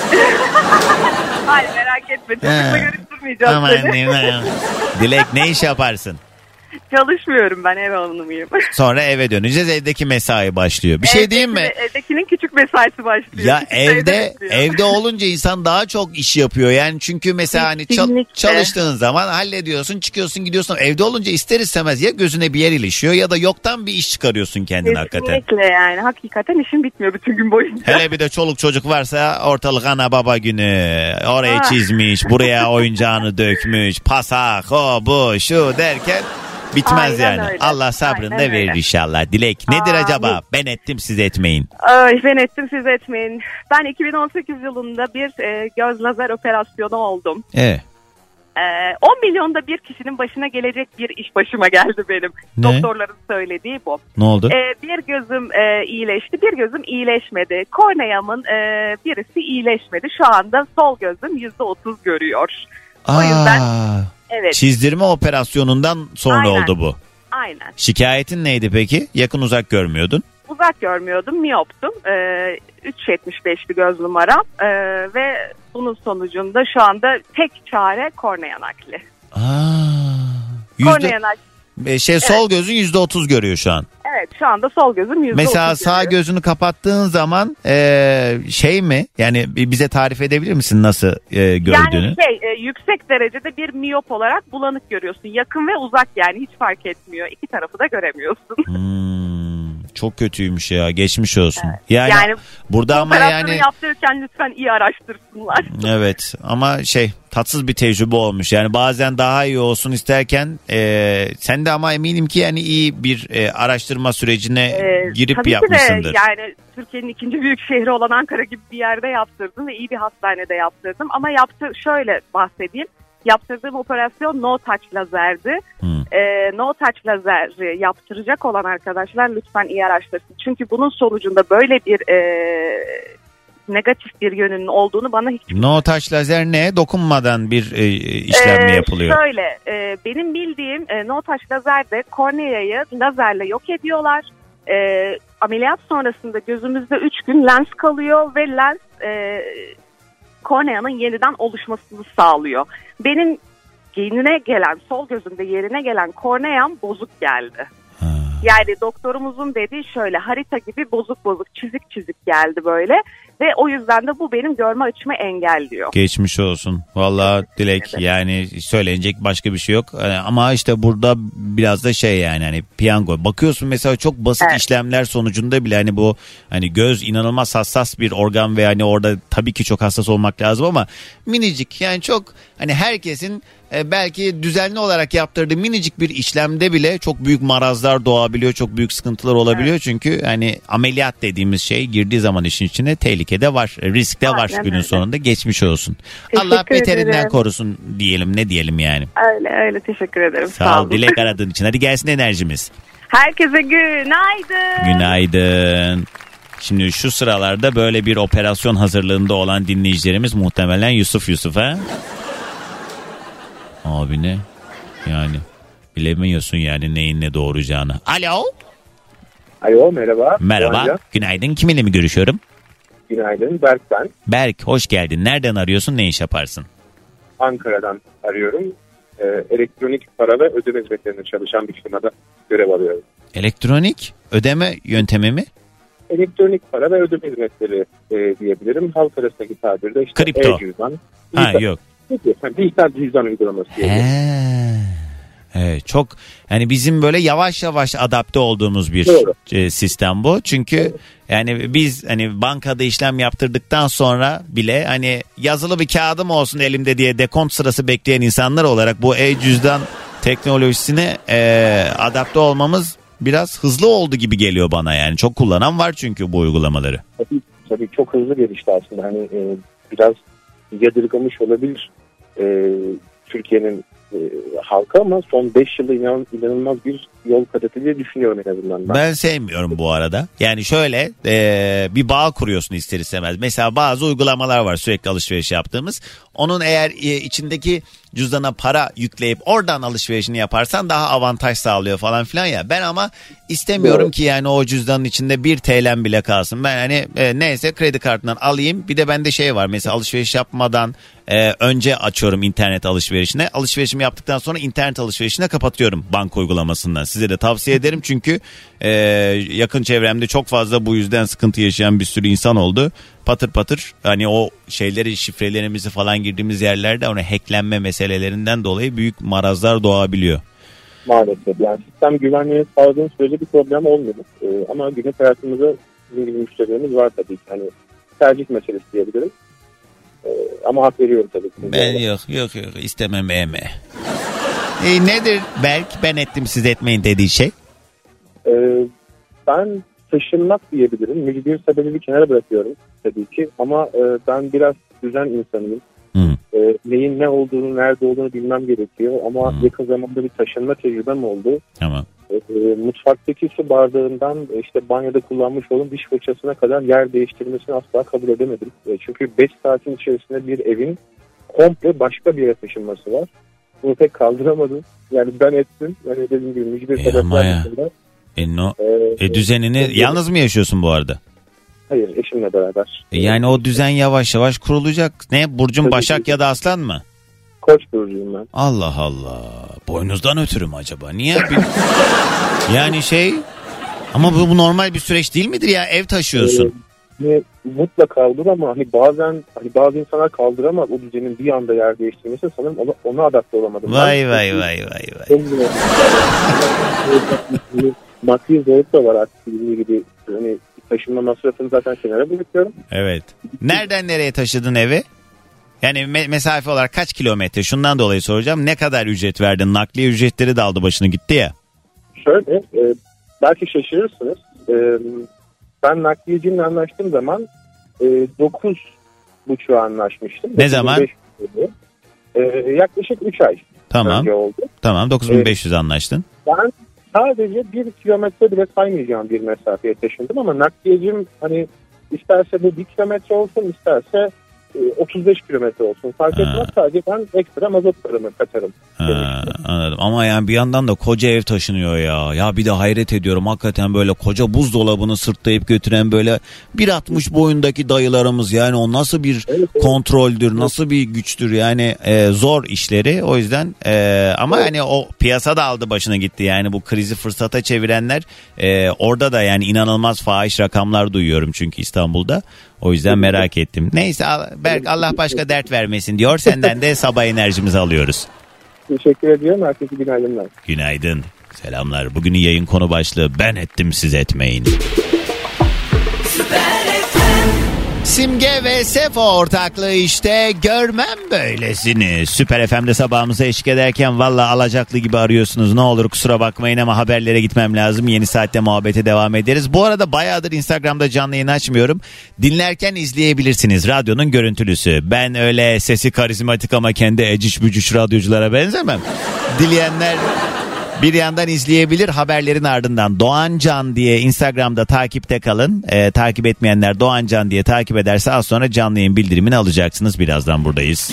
S10: Hayır, merak etme, çocukla görüştürmeyeceğim
S2: Aman
S10: seni.
S2: diyeyim. Dilek, ne iş yaparsın?
S10: Çalışmıyorum, ben ev hanımıyım.
S2: Sonra eve döneceğiz, evdeki mesai başlıyor. Bir şey diyeyim mi?
S10: Evdekinin küçük mesaisi başlıyor.
S2: Ya
S10: Küçük
S2: evde
S10: bekliyor.
S2: evde olunca insan daha çok iş yapıyor. Yani çünkü mesela hani çal-
S10: Kesinlikle.
S2: çalıştığın zaman hallediyorsun, çıkıyorsun, gidiyorsun. Evde olunca ister istemez ya gözüne bir yer ilişiyor ya da yoktan bir iş çıkarıyorsun kendine hakikaten.
S10: Kesinlikle yani, hakikaten işim bitmiyor bütün gün boyunca.
S2: Hele bir de çoluk çocuk varsa ortalık ana baba günü. Orayı
S10: Ha.
S2: çizmiş, buraya oyuncağını dökmüş, pasak, o bu şu derken bitmez
S10: Aynen
S2: yani.
S10: öyle.
S2: Allah sabrını da
S10: Aynen
S2: verir
S10: öyle.
S2: inşallah. Dilek, nedir
S10: Amin.
S2: acaba? Ben ettim, siz etmeyin.
S10: Ay, ben ettim, siz etmeyin. Ben iki bin on sekiz yılında bir e, göz lazer operasyonu oldum.
S2: Evet.
S10: Ee, on milyonda bir kişinin başına gelecek bir iş başıma geldi benim.
S2: Ne?
S10: Doktorların söylediği bu.
S2: Ne oldu?
S10: Ee, bir gözüm e, iyileşti, bir gözüm iyileşmedi. Korneamın e, birisi iyileşmedi. Şu anda sol gözüm yüzde otuz görüyor. O yüzden
S2: Aa,
S10: evet.
S2: çizdirme operasyonundan sonra
S10: Aynen.
S2: oldu bu.
S10: Aynen.
S2: Şikayetin neydi peki? Yakın uzak görmüyordun.
S10: Uzak görmüyordum, miyoptum. Ee, üç yetmiş beşli göz numaram ee, ve bunun sonucunda şu anda tek çare kornea nakli.
S2: Aa,
S10: Kornea
S2: yüzde,
S10: nakli.
S2: e, şey sol gözün yüzde otuz görüyor şu an.
S10: Evet, şu anda sol gözüm yüzde otuz
S2: Mesela sağ
S10: görüyor.
S2: gözünü kapattığın zaman e, şey mi? Yani bize tarif edebilir misin nasıl e, gördüğünü?
S10: Yani şey e, yüksek derecede bir miyop olarak bulanık görüyorsun. Yakın ve uzak, yani hiç fark etmiyor. İki tarafı da göremiyorsun.
S2: Hmm, çok kötüymüş ya, geçmiş olsun.
S10: Evet.
S2: Yani,
S10: Yani
S2: burada ama
S10: Operasyonu
S2: yani
S10: yaptırırken lütfen iyi araştırsınlar.
S2: evet, ama şey tatsız bir tecrübe olmuş. Yani bazen daha iyi olsun isterken e, sen de ama eminim ki yani iyi bir e, araştırma sürecine
S10: Ee,
S2: girip
S10: tabii
S2: yapmışsındır.
S10: ki de yani Türkiye'nin ikinci büyük şehri olan Ankara gibi bir yerde yaptırdım ve iyi bir hastanede yaptırdım. Ama yaptı şöyle bahsedeyim. Yaptırdığım operasyon no touch lazerdi.
S2: Hmm.
S10: Ee, no touch lazeri yaptıracak olan arkadaşlar lütfen iyi araştırsın. Çünkü bunun sonucunda böyle bir e, negatif bir yönünün olduğunu bana hiç...
S2: No touch lazer ne? Dokunmadan bir e, işlem mi
S10: Ee,
S2: yapılıyor?
S10: Şöyle, e, benim bildiğim e, no touch lazerde korneayı lazerle yok ediyorlar. E, ameliyat sonrasında gözümüzde üç gün lens kalıyor ve lens e, korneanın yeniden oluşmasını sağlıyor. Benim yerine gelen, sol gözümde yerine gelen korneam bozuk geldi.
S2: Ha.
S10: Yani doktorumuzun dediği şöyle, harita gibi bozuk bozuk, çizik çizik geldi böyle. Ve o yüzden de bu benim görme açımı engelliyor.
S2: Geçmiş olsun. Vallahi Dilek, yani söylenecek başka bir şey yok. Ee, Ama işte burada biraz da şey yani hani piyango. Bakıyorsun mesela çok basit
S10: Evet.
S2: işlemler sonucunda bile hani bu hani göz inanılmaz hassas bir organ ve hani orada tabii ki çok hassas olmak lazım ama minicik yani çok hani herkesin e, belki düzenli olarak yaptırdığı minicik bir işlemde bile çok büyük marazlar doğabiliyor. Çok büyük sıkıntılar olabiliyor. Evet. Çünkü hani ameliyat dediğimiz şey girdiği zaman işin içine tehlike de var. Risk de var.
S10: Aynen
S2: Günün
S10: öyle.
S2: sonunda geçmiş olsun.
S10: Teşekkür
S2: Allah beterinden
S10: ederim.
S2: korusun diyelim, ne diyelim yani.
S10: Öyle öyle, teşekkür ederim.
S2: Sağ,
S10: Sağ
S2: ol
S10: olun.
S2: Dilek aradığın için. Hadi gelsin enerjimiz.
S10: Herkese günaydın.
S2: Günaydın. Şimdi şu sıralarda böyle bir operasyon hazırlığında olan dinleyicilerimiz muhtemelen Yusuf Yusuf ha? Abi ne? Yani bilemiyorsun yani neyin ne doğuracağını. Alo.
S11: Alo, merhaba.
S2: Merhaba.
S11: Doğanca.
S2: Günaydın. Kiminle mi görüşüyorum?
S11: Günaydın, Berk ben.
S2: Berk, hoş geldin. Nereden arıyorsun? Ne iş yaparsın?
S11: Ankara'dan arıyorum. Ee, elektronik para ve ödeme hizmetlerinde çalışan bir firmada görev alıyorum.
S2: Elektronik ödeme yöntemi mi?
S11: Elektronik para ve ödeme hizmetleri e, diyebilirim. Halk arasındaki tabirde işte
S2: Kripto.
S11: e-cüzdan.
S2: Ha
S11: dijital-
S2: yok.
S11: Dijital cüzdan uygulaması diyebilirim.
S2: He. Evet, çok yani bizim böyle yavaş yavaş adapte olduğumuz bir
S11: Doğru.
S2: e, sistem bu. Çünkü yani biz hani bankada işlem yaptırdıktan sonra bile hani yazılı bir kağıdım olsun elimde diye dekont sırası bekleyen insanlar olarak bu e-cüzdan teknolojisine e, adapte olmamız biraz hızlı oldu gibi geliyor bana yani. Çok kullanan var çünkü bu uygulamaları.
S11: Tabii, tabii çok hızlı gelişti aslında. Hani e, biraz yadırgamış olabilir e, Türkiye'nin e, halkı ama son beş yılda inan, inanılmaz bir yol kat etti diye düşünüyorum en azından. Ben,
S2: ben sevmiyorum bu arada. Yani şöyle e, bir bağ kuruyorsun ister istemez. Mesela bazı uygulamalar var sürekli alışveriş yaptığımız. Onun eğer e, içindeki cüzdana para yükleyip oradan alışverişini yaparsan daha avantaj sağlıyor falan filan ya. Ben ama istemiyorum evet. ki yani o cüzdanın içinde bir T L'm bile kalsın. Ben hani e, neyse kredi kartından alayım. Bir de bende şey var mesela alışveriş yapmadan e, önce açıyorum internet alışverişine. Alışverişimi yaptıktan sonra internet alışverişine kapatıyorum banka uygulamasından. Size de tavsiye ederim çünkü e, yakın çevremde çok fazla bu yüzden sıkıntı yaşayan bir sürü insan oldu. Patır patır hani o şeyleri şifrelerimizi falan girdiğimiz yerlerde ona hacklenme meselelerinden dolayı büyük marazlar doğabiliyor.
S11: Maalesef yani sistem güvenliğini sağladığın sürece bir problem olmuyor. Ee, ama günlük hayatımızda bir müşterilerimiz var tabii ki. Hani tercih meselesi diyebilirim. Ee, ama hak veriyorum tabii ki.
S2: Ben yok yok yok istemem eme. E, nedir Berk ben ettim siz etmeyin dediği şey?
S11: Ee, ben taşınmak diyebilirim. Mücbir sebebi bir kenara bırakıyorum tabii ki. Ama e, ben biraz düzen insanıyım. E, neyin ne olduğunu, nerede olduğunu bilmem gerekiyor. Ama hmm. yakın zamanda bir taşınma tecrübem oldu.
S2: Tamam.
S11: E, e, mutfaktaki su bardağından işte banyoda kullanmış olduğum diş fırçasına kadar yer değiştirmesini asla kabul edemedim. E, çünkü beş saatin içerisinde bir evin komple başka bir yere taşınması var. Bunu pek kaldıramadım. Yani ben ettim. Yani dediğim gibi mücbir
S2: e
S11: sebepler.
S2: E, no. e, e düzenini e, yalnız mı yaşıyorsun bu arada?
S11: Hayır eşimle beraber.
S2: E, yani o düzen yavaş yavaş kurulacak. Ne Burcun Başak ya da Aslan mı?
S11: Koç burcuyum ben.
S2: Allah Allah. Boynuzdan ötürü mü acaba? Niye? yani şey ama bu, bu normal bir süreç değil midir ya? Ev taşıyorsun.
S11: Ee, mutlaka olur ama hani bazen hani bazı insanlar kaldıramaz o düzenin bir anda yer değiştirmesi sanırım ona, ona adapte olamadım.
S2: Vay ben, vay vay vay vay.
S11: Maddi zorluk da var artık bildiği gibi. Hani taşınma masrafını zaten kenara bırakıyorum.
S2: Evet. Nereden nereye taşıdın evi? Yani me- mesafe olarak kaç kilometre? Şundan dolayı soracağım. Ne kadar ücret verdin? Nakliye ücretleri de aldı başını gitti ya.
S11: Şöyle e, belki şaşırırsınız. E, ben nakliyecimle anlaştığım zaman e, dokuz buçuğa anlaşmıştım.
S2: Ne zaman?
S11: E, yaklaşık üç ay
S2: tamam.
S11: önce oldu.
S2: Tamam dokuz bin beş yüz e, anlaştın.
S11: Ben sadece bir kilometre bile saymayacağım bir mesafeye taşındım ama nakliyecim hani isterse bu bir kilometre olsun isterse otuz beş kilometre olsun fark etmez ha. Sadece ben ekstra mazot paramı katarım.
S2: Ha, anladım ama yani bir yandan da koca ev taşınıyor ya. Ya bir de hayret ediyorum hakikaten böyle koca buzdolabını sırtlayıp götüren böyle bir altmış boyundaki dayılarımız yani o nasıl bir evet, evet. kontroldür nasıl bir güçtür yani e, zor işleri o yüzden e, ama evet. yani o piyasa da aldı başına gitti yani bu krizi fırsata çevirenler e, orada da yani inanılmaz fahiş rakamlar duyuyorum çünkü İstanbul'da. O yüzden merak ettim. Neyse Berk Allah başka dert vermesin diyor. Senden de sabah enerjimizi alıyoruz.
S11: Teşekkür ediyorum. Herkese günaydınlar.
S2: Günaydın. Selamlar. Bugünün yayın konu başlığı ben ettim siz etmeyin. Simge ve Sefo ortaklığı işte görmem böylesini. Süper F M'de sabahımıza eşlik ederken valla alacaklı gibi arıyorsunuz. Ne olur kusura bakmayın ama haberlere gitmem lazım. Yeni saatte muhabbete devam ederiz. Bu arada bayağıdır Instagram'da canlı yayın açmıyorum. Dinlerken izleyebilirsiniz radyonun görüntülüsü. Ben öyle sesi karizmatik ama kendi eciş bücüş radyoculara benzemem. Dileyenler bir yandan izleyebilir haberlerin ardından. Doğancan diye Instagram'da takipte kalın. Ee, takip etmeyenler Doğancan diye takip ederse az sonra canlı yayın bildirimini alacaksınız. Birazdan buradayız.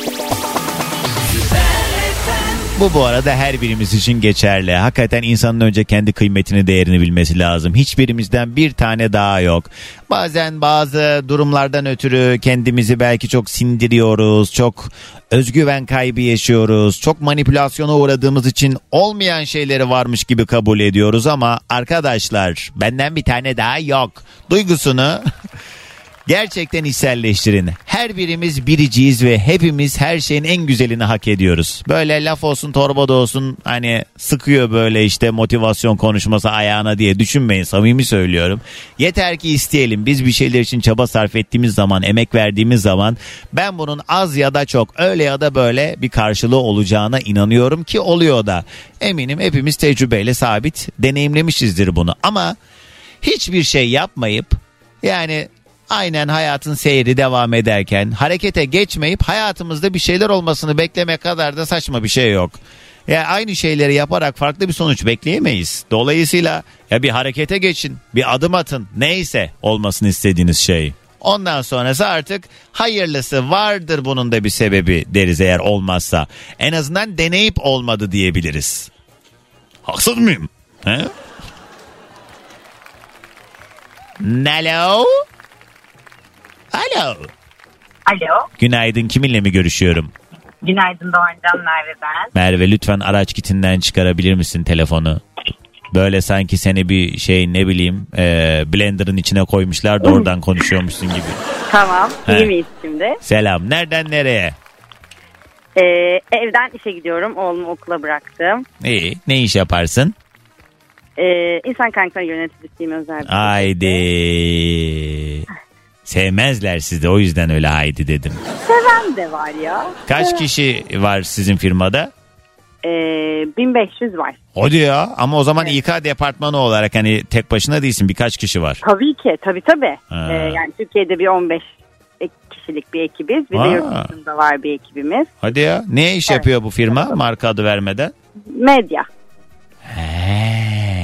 S2: Bu bu arada her birimiz için geçerli. Hakikaten insanın önce kendi kıymetini, değerini bilmesi lazım. Hiçbirimizden bir tane daha yok. Bazen bazı durumlardan ötürü kendimizi belki çok sindiriyoruz. Çok özgüven kaybı yaşıyoruz. Çok manipülasyona uğradığımız için olmayan şeyleri varmış gibi kabul ediyoruz. Ama arkadaşlar benden bir tane daha yok duygusunu Gerçekten içselleştirin. Her birimiz biriciyiz ve hepimiz her şeyin en güzelini hak ediyoruz. Böyle laf olsun torba da olsun hani sıkıyor böyle işte motivasyon konuşması ayağına diye düşünmeyin. Samimi söylüyorum. Yeter ki isteyelim. Biz bir şeyler için çaba sarf ettiğimiz zaman, emek verdiğimiz zaman ben bunun az ya da çok öyle ya da böyle bir karşılığı olacağına inanıyorum ki oluyor da. Eminim hepimiz tecrübeyle sabit deneyimlemişizdir bunu. Ama hiçbir şey yapmayıp yani aynen hayatın seyri devam ederken harekete geçmeyip hayatımızda bir şeyler olmasını bekleme kadar da saçma bir şey yok. Yani aynı şeyleri yaparak farklı bir sonuç bekleyemeyiz. Dolayısıyla ya bir harekete geçin, bir adım atın, neyse olmasını istediğiniz şey. Ondan sonrası artık hayırlısı, vardır bunun da bir sebebi deriz eğer olmazsa. En azından deneyip olmadı diyebiliriz. Haksız mıyım? He? Alo? Alo.
S12: Alo.
S2: Günaydın, kiminle mi görüşüyorum?
S12: Günaydın Doğancan, Merve ben.
S2: Merve, lütfen araç kitinden çıkarabilir misin telefonu? Böyle sanki seni bir şey ne bileyim e, blenderın içine koymuşlar da oradan konuşuyormuşsun gibi.
S12: Tamam.
S2: He.
S12: İyi miyiz şimdi?
S2: Selam. Nereden nereye?
S12: Ee, evden işe gidiyorum. Oğlumu okula bıraktım.
S2: İyi. Ne iş yaparsın?
S12: Ee, insan kaynakları yöneticisiyim özel.
S2: Haydi. Sevmezler sizi, o yüzden öyle haydi dedim.
S12: Seven de var ya.
S2: Kaç
S12: evet.
S2: kişi var sizin firmada?
S12: Ee, bin beş yüz var.
S2: Hadi ya, ama o zaman
S12: evet.
S2: İK departmanı olarak hani tek başına değilsin, birkaç kişi var.
S12: Tabii ki tabii tabii. Ee, yani Türkiye'de bir on beş kişilik bir ekibiz. Bir Aa. de yurt dışında var bir ekibimiz.
S2: Hadi ya, ne iş evet. yapıyor bu firma marka adı vermeden?
S12: Medya.
S2: He.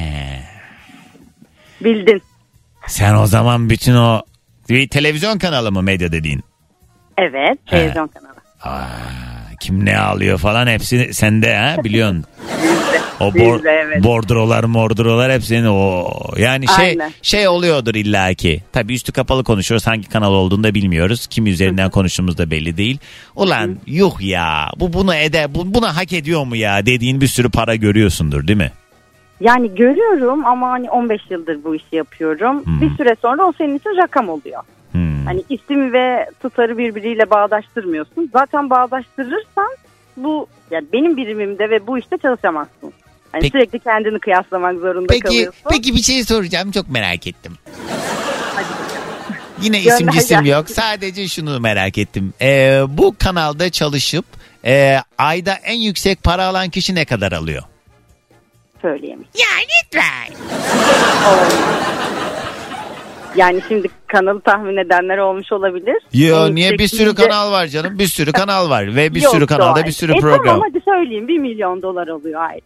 S12: Bildin.
S2: Sen o zaman bütün o bir televizyon kanalı mı medya dediğin?
S12: Evet, televizyon He. kanalı.
S2: Aa, kim ne alıyor falan hepsi sende ha, biliyorsun.
S12: Bizde.
S2: O bor,
S12: Bizde, evet.
S2: bordrolar mordrolar hepsinin o yani şey
S12: Aynen.
S2: şey oluyordur illaki. Tabii üstü kapalı konuşuyoruz, hangi kanal olduğunu da bilmiyoruz. Kim üzerinden konuştuğumuz da belli değil. Ulan Hı. yuh ya, bu bunu eder, bu buna hak ediyor mu ya dediğin bir sürü para görüyorsundur değil mi?
S12: Yani görüyorum ama hani on beş yıldır bu işi yapıyorum. Hmm. Bir süre sonra o senin için rakam oluyor. Hmm. Hani isim ve tutarı birbiriyle bağdaştırmıyorsun. Zaten bağdaştırırsan bu yani benim birimimde ve bu işte çalışamazsın. Hani peki, sürekli kendini kıyaslamak zorunda peki, kalıyorsun.
S2: Peki bir şey soracağım, çok merak ettim.
S12: Hadi
S2: Yine isim cisim yok. Sadece şunu merak ettim. Ee, bu kanalda çalışıp e, ayda en yüksek para alan kişi ne kadar alıyor?
S12: Söyleyemeyim.
S2: Ya lütfen.
S12: Yani şimdi kanalı tahmin edenler olmuş olabilir.
S2: Yo, niye, bir sürü kanal var canım, bir sürü kanal var ve bir Yok, sürü kanalda bir sürü e, program.
S12: Tamam hadi söyleyeyim, bir milyon dolar alıyor aylık.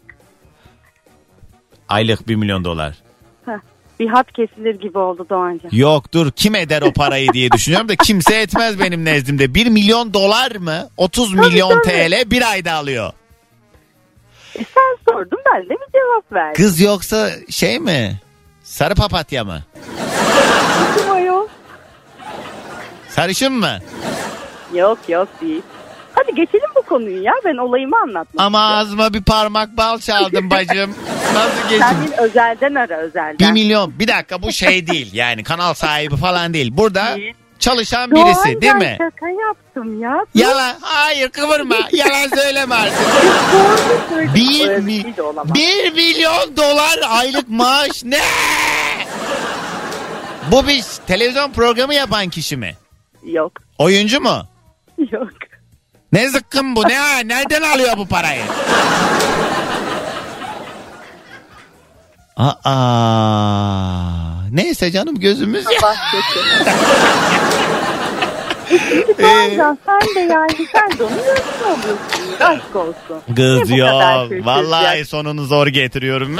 S2: Aylık bir milyon dolar.
S12: Heh, bir hat kesilir gibi oldu Doğancan.
S2: Yok dur, kim eder o parayı diye düşünüyorum da kimse etmez benim nezdimde. Bir milyon dolar mı? otuz tabii, milyon tabii. T L bir ayda alıyor.
S12: E sen sordun, ben de bir cevap verdim.
S2: Kız yoksa şey mi? Sarı papatya mı?
S12: Kim o yok?
S2: Sarışın mı?
S12: Yok yok değil. Hadi geçelim bu konuyu ya, ben olayımı anlatmak
S2: Ama istiyorum. Ağzıma bir parmak bal çaldım bacım. Nasıl geçeyim?
S12: Sen özelden ara özelden.
S2: Bir milyon, bir dakika, bu şey değil yani kanal sahibi falan değil. Burada çalışan birisi
S12: Doğan
S2: değil mi?
S12: Şaka yaptım ya.
S2: Yalan, hayır kıvırma, yalan söyleme artık. bir, mi, bir milyon dolar aylık maaş ne? Bu bir televizyon programı yapan kişi mi?
S12: Yok.
S2: Oyuncu mu?
S12: Yok.
S2: Ne zıkkım bu, ne? Nereden alıyor bu parayı? Aa, neyse canım, gözümüz ya.
S12: Doğancan sen de yani sen de onu yorumlu oluyorsun. Aşk olsun.
S2: Kız yok. Vallahi ya, sonunu zor getiriyorum.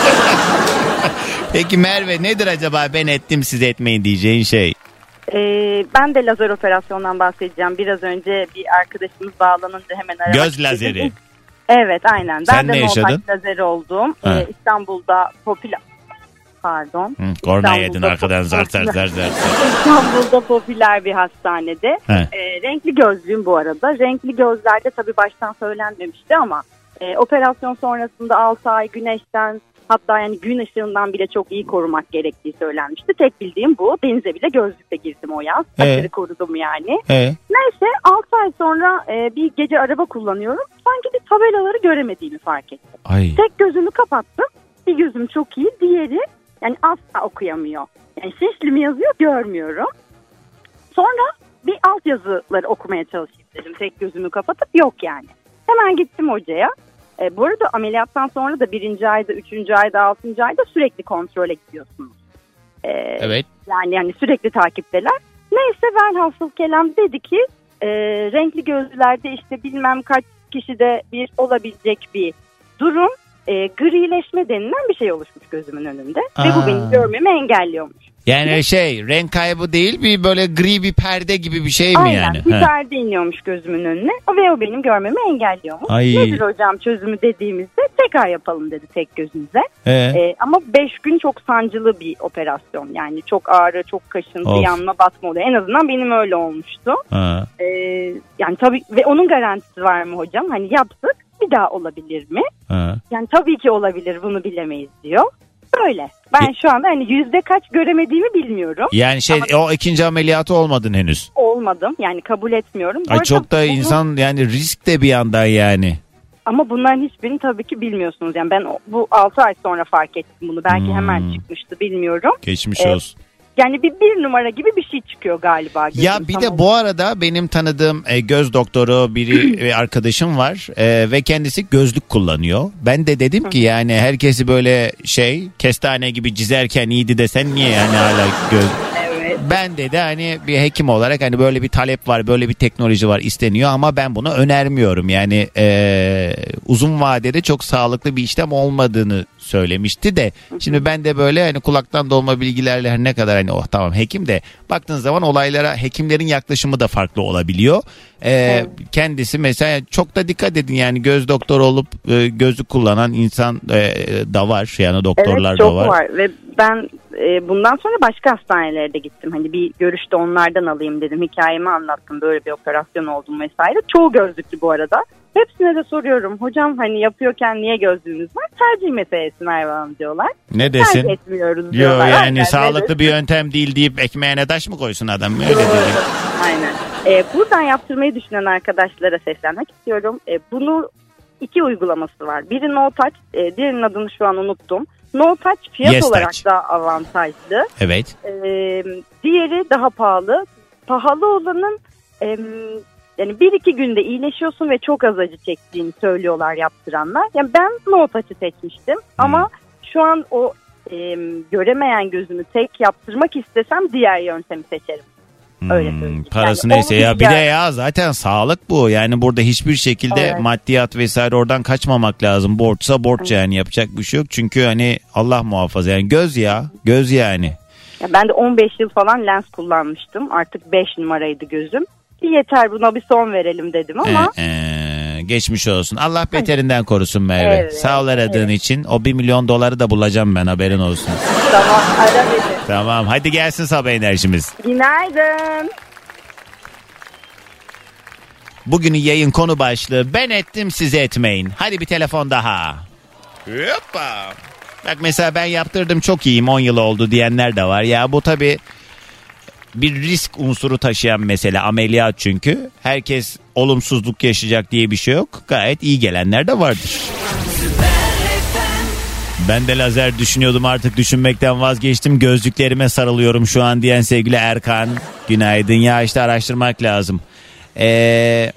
S2: Peki Merve, nedir acaba ben ettim siz etmeyin diyeceğin şey?
S12: Ee, ben de lazer operasyondan bahsedeceğim. Biraz önce bir arkadaşımız bağlanınca hemen aramak
S2: Göz
S12: istedim.
S2: lazeri.
S12: Evet aynen.
S2: Sen
S12: ben
S2: ne
S12: de
S2: yaşadın?
S12: lazeri oldum. Ee, İstanbul'da popüler... Pardon.
S2: Korna yedin arkadan zar zar zar zar.
S12: İstanbul'da popüler bir hastanede. E, renkli gözlüğüm bu arada. Renkli gözlerde tabii baştan söylenmemişti ama e, operasyon sonrasında altı ay güneşten, Hatta yani gün ışığından bile çok iyi korumak gerektiği söylenmişti. Tek bildiğim bu. Denize bile gözlükle girdim o yaz.
S2: Ee?
S12: Aşırı korudum yani.
S2: Ee?
S12: Neyse altı ay sonra e, bir gece araba kullanıyorum. Sanki bir tabelaları göremediğimi fark ettim.
S2: Ay.
S12: Tek gözümü kapattım. Bir gözüm çok iyi. Diğeri yani asla okuyamıyor. Yani sesli mi yazıyor görmüyorum. Sonra bir altyazıları okumaya çalışayım dedim. Tek gözümü kapatıp yok yani. Hemen gittim hocaya. E, bu arada ameliyattan sonra da birinci ayda, üçüncü ayda, altıncı ayda sürekli kontrole gidiyorsunuz. E,
S2: Evet.
S12: Yani yani sürekli takipteler. Neyse velhasıl kelam dedi ki e, renkli gözlülerde işte bilmem kaç kişide bir olabilecek bir durum. E, grileşme denilen bir şey oluşmuş gözümün önünde.
S2: Aa.
S12: Ve bu benim görmemi engelliyormuş.
S2: Yani şey renk kaybı değil bir böyle gri bir perde gibi bir şey mi
S12: Aynen,
S2: yani?
S12: bir
S2: He.
S12: perde iniyormuş gözümün önüne ve o benim görmemi engelliyormuş.
S2: Ay.
S12: Nedir hocam çözümü dediğimizde tekrar yapalım dedi tek gözünüze.
S2: Ee?
S12: Ee, ama beş gün çok sancılı bir operasyon. Yani çok ağrı, çok kaşıntı,
S2: Of.
S12: yanma, batma oluyor. En azından benim öyle olmuştu.
S2: Ha.
S12: Ee, yani tabii ve onun garantisi var mı hocam? Hani yaptık bir daha olabilir mi?
S2: Ha.
S12: Yani tabii ki olabilir, bunu bilemeyiz diyor. Böyle. Ben şu anda hani yüzde kaç göremediğimi bilmiyorum.
S2: Yani şey
S12: Ama
S2: o ikinci ameliyatı olmadın henüz.
S12: olmadım. Yani kabul etmiyorum. Bu
S2: Ay
S12: arada
S2: çok da
S12: bunu-
S2: insan yani risk de bir yandan yani.
S12: Ama bunların hiçbirini tabii ki bilmiyorsunuz. Yani ben o- bu altı ay sonra fark ettim bunu. Belki
S2: Hmm.
S12: hemen çıkmıştı, bilmiyorum.
S2: Geçmiş
S12: Ee,
S2: olsun.
S12: Yani bir bir numara gibi bir şey çıkıyor galiba.
S2: Ya
S12: gözüm
S2: bir
S12: tam
S2: de
S12: olarak.
S2: bu arada benim tanıdığım e, göz doktoru biri bir arkadaşım var e, ve kendisi gözlük kullanıyor. Ben de dedim ki yani herkesi böyle şey kestane gibi çizerken iyiydi desen niye yani hala göz...
S12: Evet.
S2: Ben de de hani bir hekim olarak hani böyle bir talep var, böyle bir teknoloji var isteniyor ama ben bunu önermiyorum. Yani e, uzun vadede çok sağlıklı bir işlem olmadığını söylemişti de şimdi ben de böyle hani kulaktan dolma bilgilerle her ne kadar hani oh tamam hekim de baktığın zaman olaylara hekimlerin yaklaşımı da farklı olabiliyor. E,
S12: Evet.
S2: Kendisi mesela çok da dikkat edin yani göz doktoru olup e, gözlük kullanan insan e, da var yani doktorlar
S12: Evet,
S2: da
S12: çok
S2: var.
S12: var. Ve ben e, bundan sonra başka hastanelere de gittim. Hani bir görüşte onlardan alayım dedim. Hikayemi anlattım. Böyle bir operasyon oldum vesaire. Çoğu gözlüklü bu arada. Hepsine de soruyorum. Hocam hani yapıyorken niye gözlüğünüz var? Tercih meselesi Merve diyorlar.
S2: Ne desin?
S12: Tercih etmiyoruz
S2: Yo
S12: diyorlar.
S2: yani
S12: Aynen,
S2: sağlıklı
S12: evet.
S2: bir yöntem değil deyip ekmeğine taş mı koysun adam öyle diyecek.
S12: Aynen. E, buradan yaptırmayı düşünen arkadaşlara seslenmek istiyorum. E, bunu iki uygulaması var. Biri No Touch, e, diğerinin adını şu an unuttum. No Touch fiyat
S2: Yes
S12: olarak
S2: Touch.
S12: daha avantajlı.
S2: Evet.
S12: E, diğeri daha pahalı. Pahalı olanın e, yani bir iki günde iyileşiyorsun ve çok az acı çektiğini söylüyorlar yaptıranlar. Yani ben No Touch'ı seçmiştim ama şu an o e, göremeyen gözümü tek yaptırmak istesem diğer yöntemi seçerim. Öyle söyleyeyim.
S2: Hmm, parası
S12: Yani
S2: neyse
S12: onu
S2: ya bir de
S12: rica-
S2: ya zaten sağlık bu yani burada hiçbir şekilde
S12: Evet.
S2: maddiyat vesaire oradan kaçmamak lazım, borçsa borç yani yapacak bir şey yok çünkü hani Allah muhafaza yani göz ya göz yani.
S12: Ya ben de on beş yıl falan lens kullanmıştım. Artık beş numaraydı gözüm. Bir yeter buna bir son verelim dedim ama.
S2: Ee, ee, geçmiş olsun Allah beterinden korusun Merve,
S12: Evet,
S2: sağ ol aradığın
S12: evet.
S2: için o bir milyon doları da bulacağım ben haberin olsun.
S12: Tamam ara beni.
S2: Tamam hadi gelsin sabah enerjimiz.
S12: Günaydın.
S2: Bugünün yayın konu başlığı ben ettim siz etmeyin. Hadi bir telefon daha. Hoppa. Bak mesela ben yaptırdım çok iyiyim on yıl oldu diyenler de var. Ya bu tabii bir risk unsuru taşıyan mesele ameliyat çünkü. Herkes olumsuzluk yaşayacak diye bir şey yok. Gayet iyi gelenler de vardır. Ben de lazer düşünüyordum artık düşünmekten vazgeçtim. Gözlüklerime sarılıyorum şu an diyen sevgili Erkan. Günaydın ya işte araştırmak lazım. Ee,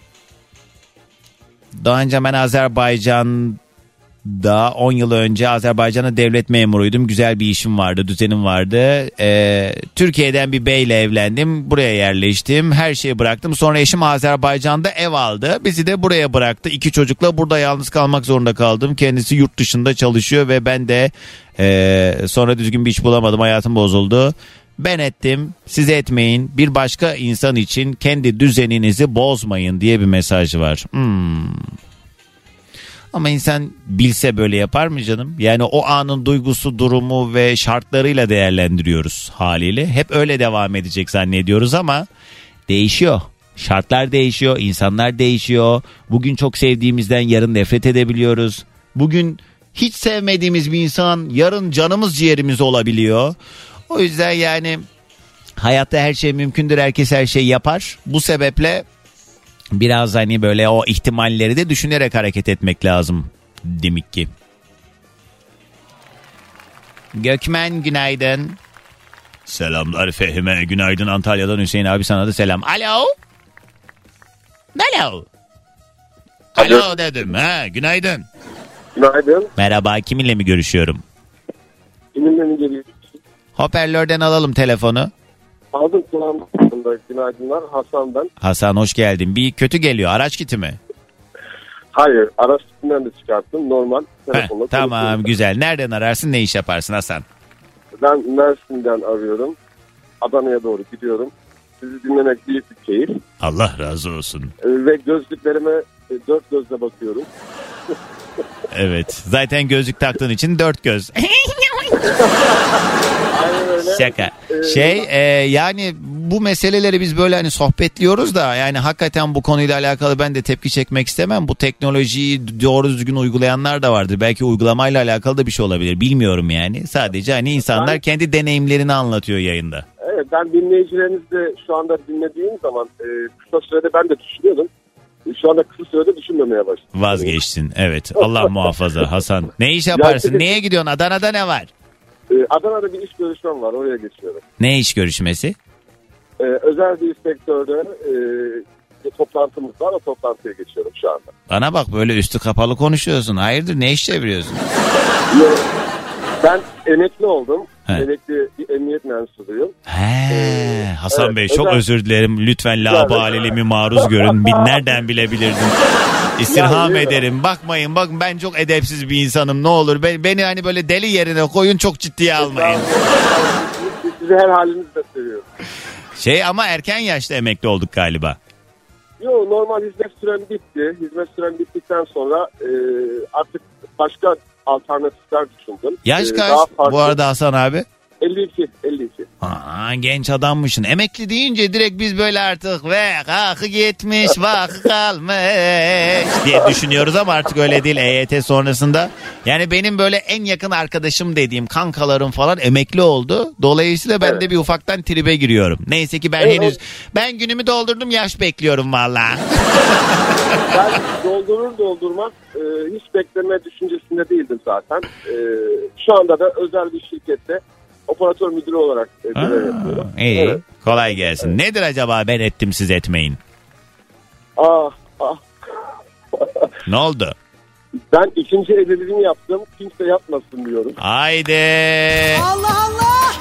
S2: daha önce ben Azerbaycan'da on yıl önce Azerbaycan'da devlet memuruydum. Güzel bir işim vardı, düzenim vardı. Ee, Türkiye'den bir beyle evlendim. Buraya yerleştim. Her şeyi bıraktım. Sonra eşim Azerbaycan'da ev aldı. Bizi de buraya bıraktı. İki çocukla burada yalnız kalmak zorunda kaldım. Kendisi yurt dışında çalışıyor ve ben de e, sonra düzgün bir iş bulamadım. Hayatım bozuldu. Ben ettim, siz etmeyin. Bir başka insan için kendi düzeninizi bozmayın diye bir mesaj var. Hmm. Ama insan bilse böyle yapar mı canım? Yani o anın duygusu, durumu ve şartlarıyla değerlendiriyoruz haliyle. Hep öyle devam edecek zannediyoruz ama değişiyor. Şartlar değişiyor, insanlar değişiyor. Bugün çok sevdiğimizden yarın nefret edebiliyoruz. Bugün hiç sevmediğimiz bir insan yarın canımız ciğerimiz olabiliyor. O yüzden yani hayatta her şey mümkündür. Herkes her şeyi yapar. Bu sebeple biraz hani böyle o ihtimalleri de düşünerek hareket etmek lazım demek ki. Gökmen günaydın. Selamlar Fehime. Günaydın Antalya'dan Hüseyin abi, sana da selam. Alo. Alo. Alo dedim. Ha, günaydın.
S13: Günaydın.
S2: Merhaba, kiminle mi görüşüyorum?
S13: Kiminle mi geliyorsun?
S2: Hoparlörden alalım telefonu.
S13: Aldım kulağımda. Günaydınlar. Hasan ben.
S2: Hasan hoş geldin. Bir kötü geliyor. Araç kiti mi?
S13: Hayır. Araç kitinden de çıkarttım. Normal.
S2: Heh, tamam güzel. Nereden ararsın, ne iş yaparsın Hasan?
S13: Ben Mersin'den arıyorum. Adana'ya doğru gidiyorum. Sizi dinlemek büyük bir keyif.
S2: Allah razı olsun.
S13: Ve gözlüklerime dört gözle bakıyorum.
S2: Evet. Zaten gözlük taktığın için dört göz.
S13: Aynen öyle.
S2: Şaka. Şey e, yani bu meseleleri biz böyle hani sohbetliyoruz da yani hakikaten bu konuyla alakalı ben de tepki çekmek istemem. Bu teknolojiyi doğru düzgün uygulayanlar da vardır. Belki uygulamayla alakalı da bir şey olabilir. Bilmiyorum yani. Sadece hani insanlar ben, kendi deneyimlerini anlatıyor yayında.
S13: Evet, ben dinleyicileriniz de şu anda dinlediğim zaman e, kısa sürede ben de düşünüyordum. Şu anda kısa sürede düşünmemeye başladım.
S2: Vazgeçtin. Evet. Allah muhafaza Hasan. Ne iş yaparsın? Ya, neye gidiyorsun? Adana'da ne var?
S13: Ee, Adana'da bir iş görüşmem var. Oraya geçiyorum.
S2: Ne iş görüşmesi?
S13: Ee, özel bir sektörde e, bir toplantımız var. O toplantıya geçiyorum şu anda.
S2: Bana bak, böyle üstü kapalı konuşuyorsun. Hayırdır, ne iş çeviriyorsun?
S13: Ben emekli oldum. He. Emekli bir emniyet mensubuyum.
S2: He, ee, Hasan evet, Bey çok özel... özür dilerim. Lütfen labaleliğimi maruz görün. Nereden bilebilirdim? İstirham yani, ederim. Bakmayın, bak ben çok edepsiz bir insanım. Ne olur beni, beni hani böyle deli yerine koyun, çok ciddiye almayın.
S13: Sizi her halinizde seviyorum.
S2: Şey ama erken yaşta emekli olduk galiba.
S13: Yok, normal hizmet süren bitti. Hizmet süren bittikten sonra e, artık başka alternatifler düşündüm.
S2: Yaş ee, kaç bu arada Hasan abi?
S13: elli iki. elli iki.
S2: Aa, genç adammışsın. Emekli deyince direkt biz böyle artık ve kalkı gitmiş vakı kalmış diye düşünüyoruz ama artık öyle değil. E Y T sonrasında yani benim böyle en yakın arkadaşım dediğim kankalarım falan emekli oldu. Dolayısıyla ben evet. de bir ufaktan tribe giriyorum. Neyse ki ben evet, henüz ben günümü doldurdum, yaş bekliyorum vallahi.
S13: Ben doldurur doldurmaz e, hiç bekleme düşüncesinde değildim zaten. E, şu anda da özel bir şirkette operatör müdürü olarak görev yapıyorum.
S2: İyi, evet. Kolay gelsin. Evet. Nedir acaba ben ettim siz etmeyin?
S13: Ah, ah.
S2: Ne oldu?
S13: Ben ikinci evliliğimi yaptım. Kimse yapmasın diyorum.
S2: Haydi.
S14: Allah Allah.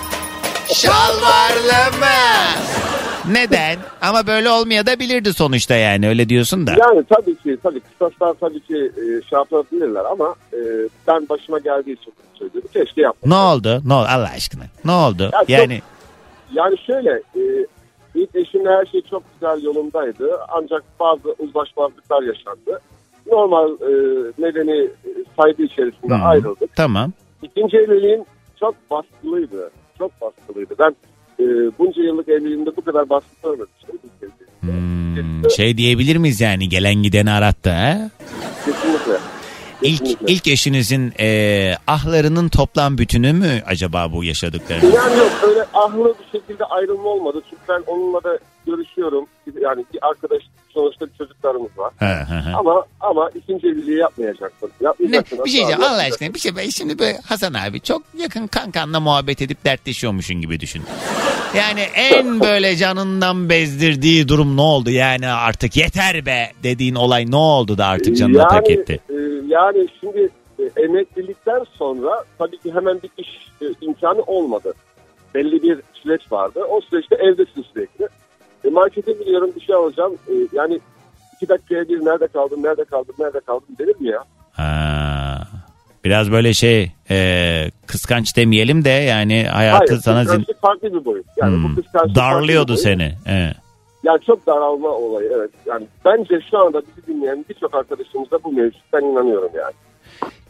S2: Şalvarlı mı? Neden? Ama böyle olmaya da bilirdi sonuçta yani, öyle diyorsun da.
S13: Yani tabii ki tabii kısaslar tabii ki e, şey yapabilirler ama e, ben başıma geldiği için söylüyorum. Keşke yapmasın.
S2: Ne oldu? Ne oldu Allah aşkına? Ne oldu?
S13: Yani,
S2: yani
S13: çok, yani şöyle e, ilk eşimle her şey çok güzel yolundaydı. Ancak bazı uzlaşmazlıklar yaşandı. Normal e, nedeni saygı içerisinde hmm. ayrıldık.
S2: Tamam.
S13: İkinci evliliğim çok baskılıydı. Çok baskılıydı. Ben e, bunca yıllık evliliğimde bu kadar baskı görmemiştim.
S2: Hmm, şey diyebilir miyiz yani, gelen gideni arattı ha?
S13: Kesinlikle.
S2: İlk, ilk eşinizin e, ahlarının toplam bütünü mü acaba bu yaşadıklarınız?
S13: Yani yok, öyle ahlı bir şekilde ayrılma olmadı. Çünkü ben onunla da görüşüyorum. Yani bir arkadaş, sonuçta bir çocuklarımız var.
S2: He, he, he.
S13: Ama ama ikinci evliliği yapmayacaksın. Yapmayacaksın.
S2: Ne, bir şey diyeceğim Allah aşkına. Bir şey, ben şimdi böyle Hasan abi çok yakın kankanla muhabbet edip dertleşiyormuşsun gibi düşün. Yani en böyle canından bezdirdiği durum ne oldu? Yani artık yeter be dediğin olay ne oldu da artık canına
S13: yani,
S2: tak etti?
S13: E, yani şimdi e, emeklilikten sonra tabii ki hemen bir iş e, imkanı olmadı. Belli bir süreç vardı. O süreçte evdesin sürekli. E, markete gidiyorum, bir şey alacağım. E, yani iki dakikaya bir nerede kaldım, nerede kaldım, nerede kaldım derim mi ya?
S2: Ha, biraz böyle şey e, kıskanç demeyelim de yani hayatı
S13: Hayır,
S2: sana...
S13: Hayır, farklı bir boyut. Yani hmm. bu kıskançlık
S2: darlıyordu seni. Evet.
S13: Yani çok daralma olayı, evet. Yani bence şu anda bizi dinleyen birçok arkadaşımız da bu mevcut. Ben inanıyorum yani.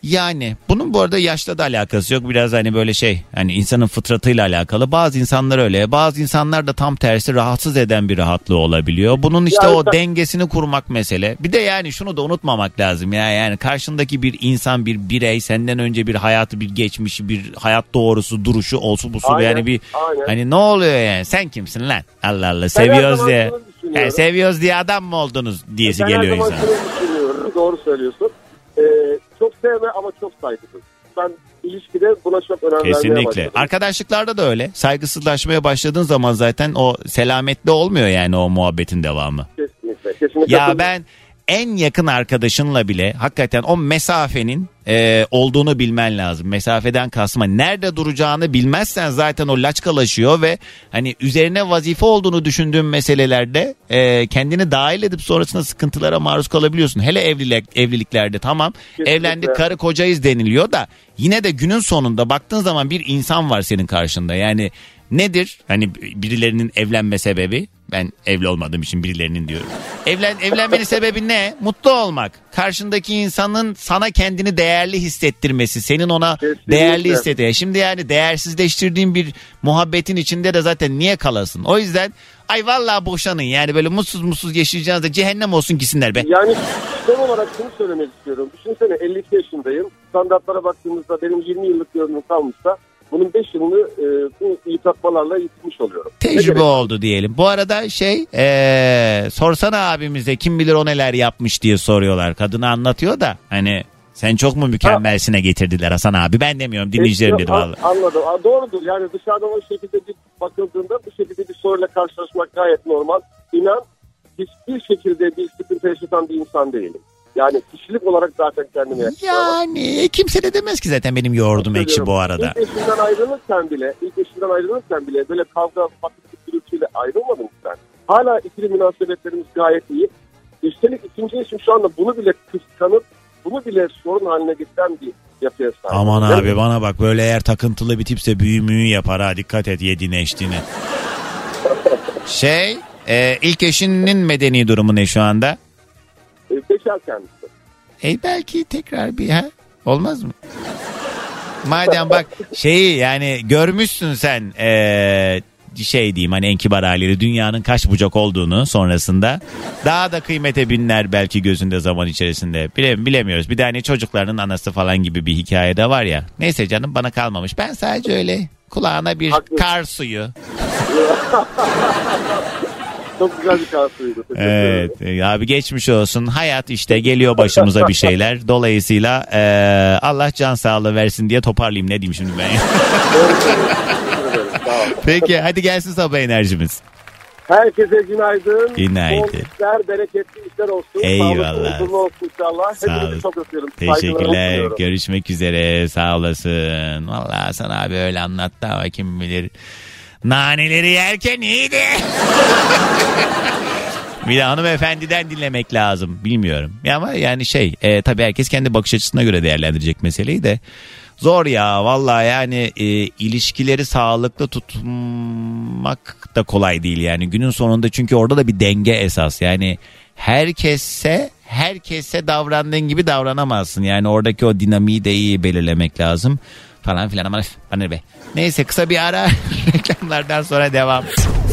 S2: Yani bunun bu arada yaşla da alakası yok. Biraz hani böyle şey, hani insanın fıtratıyla alakalı. Bazı insanlar öyle. Bazı insanlar da tam tersi rahatsız eden bir rahatlığı olabiliyor. Bunun işte yani o ben... dengesini kurmak mesele. Bir de yani şunu da unutmamak lazım ya. Yani karşındaki bir insan, bir birey, senden önce bir hayatı, bir geçmişi, bir hayat doğrusu, duruşu, olsun busu, yani bir aynen. Hani ne oluyor yani? Sen kimsin lan? Allah Allah, seviyoruz diye. Yani seviyoruz diye adam mı oldunuz diyesi ben geliyor insan.
S13: Doğru söylüyorsun. Ee, çok sevme ama çok saygısız. Ben ilişkide buna çok önem vermeye başladım.
S2: Kesinlikle. Arkadaşlıklarda da öyle. Saygısızlaşmaya başladığın zaman zaten o selametli olmuyor yani o muhabbetin devamı.
S13: Kesinlikle. Kesinlikle.
S2: Ya ben en yakın arkadaşınla bile hakikaten o mesafenin e, olduğunu bilmen lazım. Mesafeden kasma. Nerede duracağını bilmezsen zaten o laçkalaşıyor ve hani üzerine vazife olduğunu düşündüğün meselelerde e, kendini dahil edip sonrasında sıkıntılara maruz kalabiliyorsun. Hele evlilik, evliliklerde tamam kesinlikle. Evlendik, karı kocayız deniliyor da yine de günün sonunda baktığın zaman bir insan var senin karşında. Yani nedir? Hani birilerinin evlenme sebebi? Ben evli olmadığım için birilerinin diyorum. Evlen, evlenmenin sebebi ne? Mutlu olmak. Karşındaki insanın sana kendini değerli hissettirmesi. Senin ona kesinlikle. Değerli hissettirmesi. Şimdi yani değersizleştirdiğin bir muhabbetin içinde de zaten niye kalasın? O yüzden ay vallahi boşanın. Yani böyle mutsuz mutsuz yaşayacağınız cehennem olsun gitsinler be.
S13: Yani son olarak şunu söylemek istiyorum. Düşünsene elli iki yaşındayım. Standartlara baktığımızda benim yirmi yıllık yolum kalmışsa bunun beş yılını e, bu yıpratmalarla yitirmiş oluyorum.
S2: Tecrübe oldu diyelim. Bu arada şey e, sorsana abimize, kim bilir o neler yapmış diye soruyorlar. Kadını anlatıyor da hani sen çok mu mükemmelsine getirdiler Hasan abi, ben demiyorum, dinleyicilerim dedi vallahi.
S13: Anladım. Doğrudur. Yani dışarıdan o şekilde bir bakıldığında bu şekilde bir soruyla karşılaşmak gayet normal. İnan hiçbir şekilde bir sıkıntı yaşatan bir insan değilim. Yani kişilik olarak zaten kendime yakıştırıyorum.
S2: Yani kimse de demez ki zaten benim yoğurdum ekşi bu arada.
S13: İlk eşinden ayrılırken bile, ilk eşinden ayrılırken bile böyle kavga, patlık, gürültüyle ayrılmadım ben. Hala ikili münasebetlerimiz gayet iyi. Üstelik ikinci eşim şu anda bunu bile kıskanıp, bunu bile sorun haline getiren bir yapıya sahip.
S2: Aman abi mi? Bana bak, böyle eğer takıntılı bir tipse büyü müyü yapar ha, dikkat et yediğine içtiğine. Şey, e, ilk eşinin medeni durumu ne şu anda?
S13: Bekar kendisi.
S2: E belki tekrar bir ha olmaz mı? Madem bak şeyi yani görmüşsün sen ee, şey diyeyim hani en kibar haliyle dünyanın kaç bucak olduğunu sonrasında daha da kıymete binler belki gözünde zaman içerisinde. Bile, bilemiyoruz. Bir de hani çocuklarının anası falan gibi bir hikaye de var ya. Neyse canım, bana kalmamış. Ben sadece öyle kulağına bir Haklısın. Kar suyu.
S13: Çok güzel bir şansıydı.
S2: Evet abi, geçmiş olsun. Hayat işte, geliyor başımıza bir şeyler. Dolayısıyla e, Allah can sağlığı versin diye toparlayayım, ne diyeyim şimdi ben. Peki hadi gelsin sabah enerjimiz.
S13: Herkese günaydın.
S2: Günaydın.
S13: Bol işler, bereketli işler olsun.
S2: Eyvallah.
S13: Sağlıklı olsun inşallah.
S2: Sağ olun.
S13: Çok öpüyorum.
S2: Teşekkürler. Görüşmek üzere. Sağ olasın. Vallahi Hasan abi öyle anlattı ama kim bilir. Naneleri yerken iyiydi. Bir de hanımefendiden dinlemek lazım. Bilmiyorum. Ya ama yani şey e, tabii herkes kendi bakış açısına göre değerlendirecek meseleyi de. Zor ya vallahi yani e, ilişkileri sağlıklı tutmak da kolay değil yani günün sonunda, çünkü orada da bir denge esas. Yani herkese herkese davrandığın gibi davranamazsın. Yani oradaki o dinamiği de iyi belirlemek lazım. Falan filan ama bana be. Neyse kısa bir ara reklamlardan sonra devam.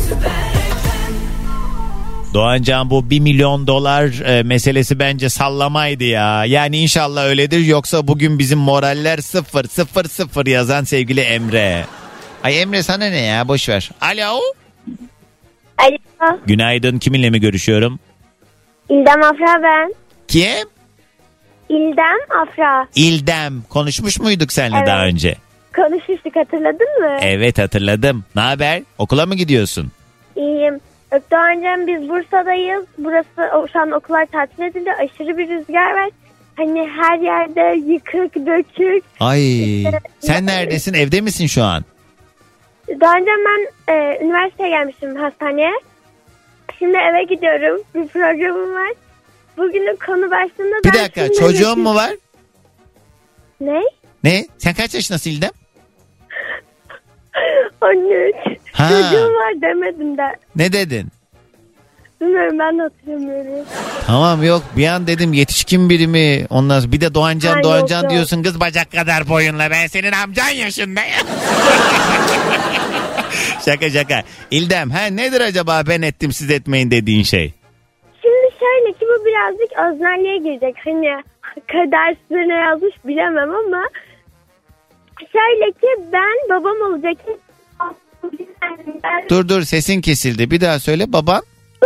S2: Doğancan, bu bir milyon dolar e, meselesi bence sallamaydı ya. Yani inşallah öyledir, yoksa bugün bizim moraller sıfır sıfır sıfır yazan sevgili Emre. Ay Emre sana ne ya, boş ver. Alo.
S15: Alo.
S2: Günaydın, kiminle mi görüşüyorum?
S15: İldem Afra ben.
S2: Kim?
S15: İldem Afra.
S2: İldem, konuşmuş muyduk seninle evet. Daha önce?
S15: Konuşmuştuk, hatırladın mı?
S2: Evet hatırladım. Ne haber? Okula mı gidiyorsun?
S15: İyiyim. Daha önce biz Bursa'dayız. Burası şu an okullar tatil edildi. Aşırı bir rüzgar var. Hani her yerde yıkık dökük.
S2: Ay işte, sen neredesin? Evde misin şu an?
S15: Daha önce ben e, üniversiteye gelmiştim, hastaneye. Şimdi eve gidiyorum. Bir programım var. Bugünün konu başlığında...
S2: Bir dakika, çocuğun mu var?
S15: Ne?
S2: Ne? Sen kaç yaşındasın İldem?
S15: on üç. Ha. Çocuğum var demedim de.
S2: Ne dedin?
S15: Bilmiyorum, ben de hatırlamıyorum.
S2: Tamam, yok bir an dedim yetişkin biri mi? Ondan sonra bir de Doğancan
S15: Ha,
S2: Doğancan
S15: yok, yok.
S2: diyorsun, kız bacak kadar boyunla, ben senin amcan yaşındayım. Şaka şaka. İldem, ha nedir acaba ben ettim siz etmeyin dediğin şey?
S15: Şimdi şöyle ki bu birazcık öznelliğe girecek. Hani kader size ne yazmış bilemem ama şöyle ki ben babam olacak.
S2: Dur dur, sesin kesildi, bir daha söyle. Baban?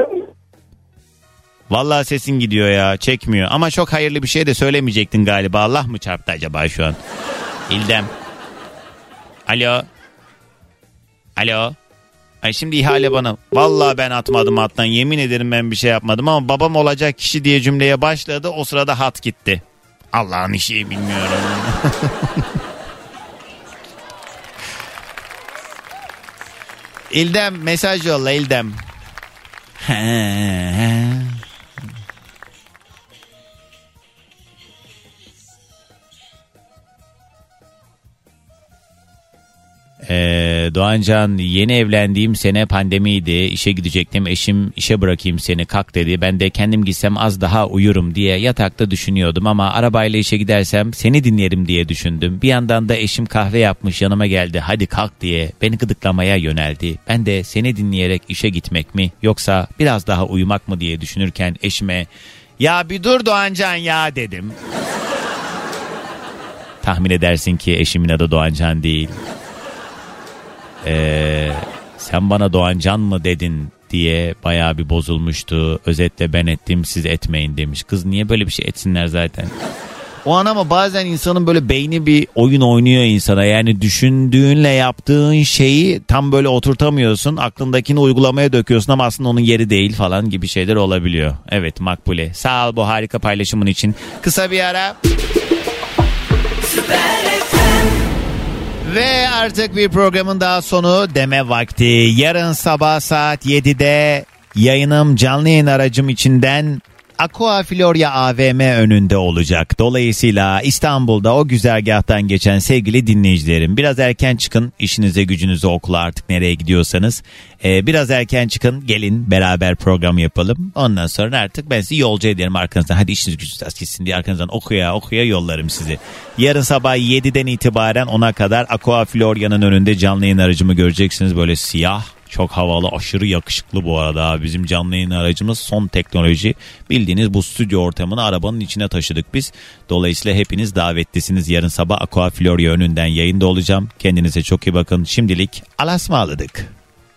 S2: Vallahi sesin gidiyor ya, çekmiyor. Ama çok hayırlı bir şey de söylemeyecektin galiba. Allah mı çarptı acaba şu an? İldem. Alo. Alo. Ay şimdi ihale bana. Vallahi ben atmadım hattan. Yemin ederim ben bir şey yapmadım ama babam olacak kişi diye cümleye başladı. O sırada hat gitti. Allah'ın işi, bilmiyorum. İldem mesaj yolla İldem. Ee, Doğancan, yeni evlendiğim sene pandemiydi. İşe gidecektim. Eşim işe bırakayım seni kalk dedi. Ben de kendim gitsem az daha uyurum diye yatakta düşünüyordum ama arabayla işe gidersem seni dinlerim diye düşündüm. Bir yandan da eşim kahve yapmış yanıma geldi. Hadi kalk diye beni gıdıklamaya yöneldi. Ben de seni dinleyerek işe gitmek mi yoksa biraz daha uyumak mı diye düşünürken eşime ya bir dur Doğancan ya dedim. Tahmin edersin ki eşimin adı Doğancan değil. Ee, sen bana Doğancan mı dedin diye bayağı bir bozulmuştu. Özetle ben ettim siz etmeyin demiş. Kız niye böyle bir şey etsinler zaten. O an ama bazen insanın böyle beyni bir oyun oynuyor insana. Yani düşündüğünle yaptığın şeyi tam böyle oturtamıyorsun. Aklındakini uygulamaya döküyorsun ama aslında onun yeri değil falan gibi şeyler olabiliyor. Evet Makbule, sağ ol bu harika paylaşımın için. Kısa bir ara. Ve artık bir programın daha sonu deme vakti. Yarın sabah saat yedide yayınım canlı yayın aracım içinden Aqua Florya A V M önünde olacak. Dolayısıyla İstanbul'da o güzergahtan geçen sevgili dinleyicilerim, biraz erken çıkın, işinize gücünüze okula artık nereye gidiyorsanız ee, biraz erken çıkın, gelin beraber program yapalım. Ondan sonra artık ben sizi yolcu ederim arkanızdan. Hadi işiniz gücünüz az gitsin diye arkanızdan okuya okuya yollarım sizi. Yarın sabah yediden itibaren ona kadar Aqua Florya'nın önünde canlı yayın aracımı göreceksiniz. Böyle siyah, çok havalı, aşırı yakışıklı bu arada. Bizim canlı yayın aracımız son teknoloji. Bildiğiniz bu stüdyo ortamını arabanın içine taşıdık biz. Dolayısıyla hepiniz davetlisiniz. Yarın sabah Aqua Florya önünden yayında olacağım. Kendinize çok iyi bakın. Şimdilik alasmaladık.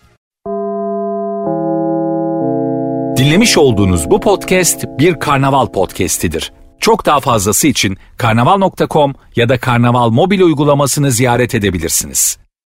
S1: Dinlemiş olduğunuz bu podcast bir Karnaval podcastidir. Çok daha fazlası için karnaval nokta com ya da Karnaval mobil uygulamasını ziyaret edebilirsiniz.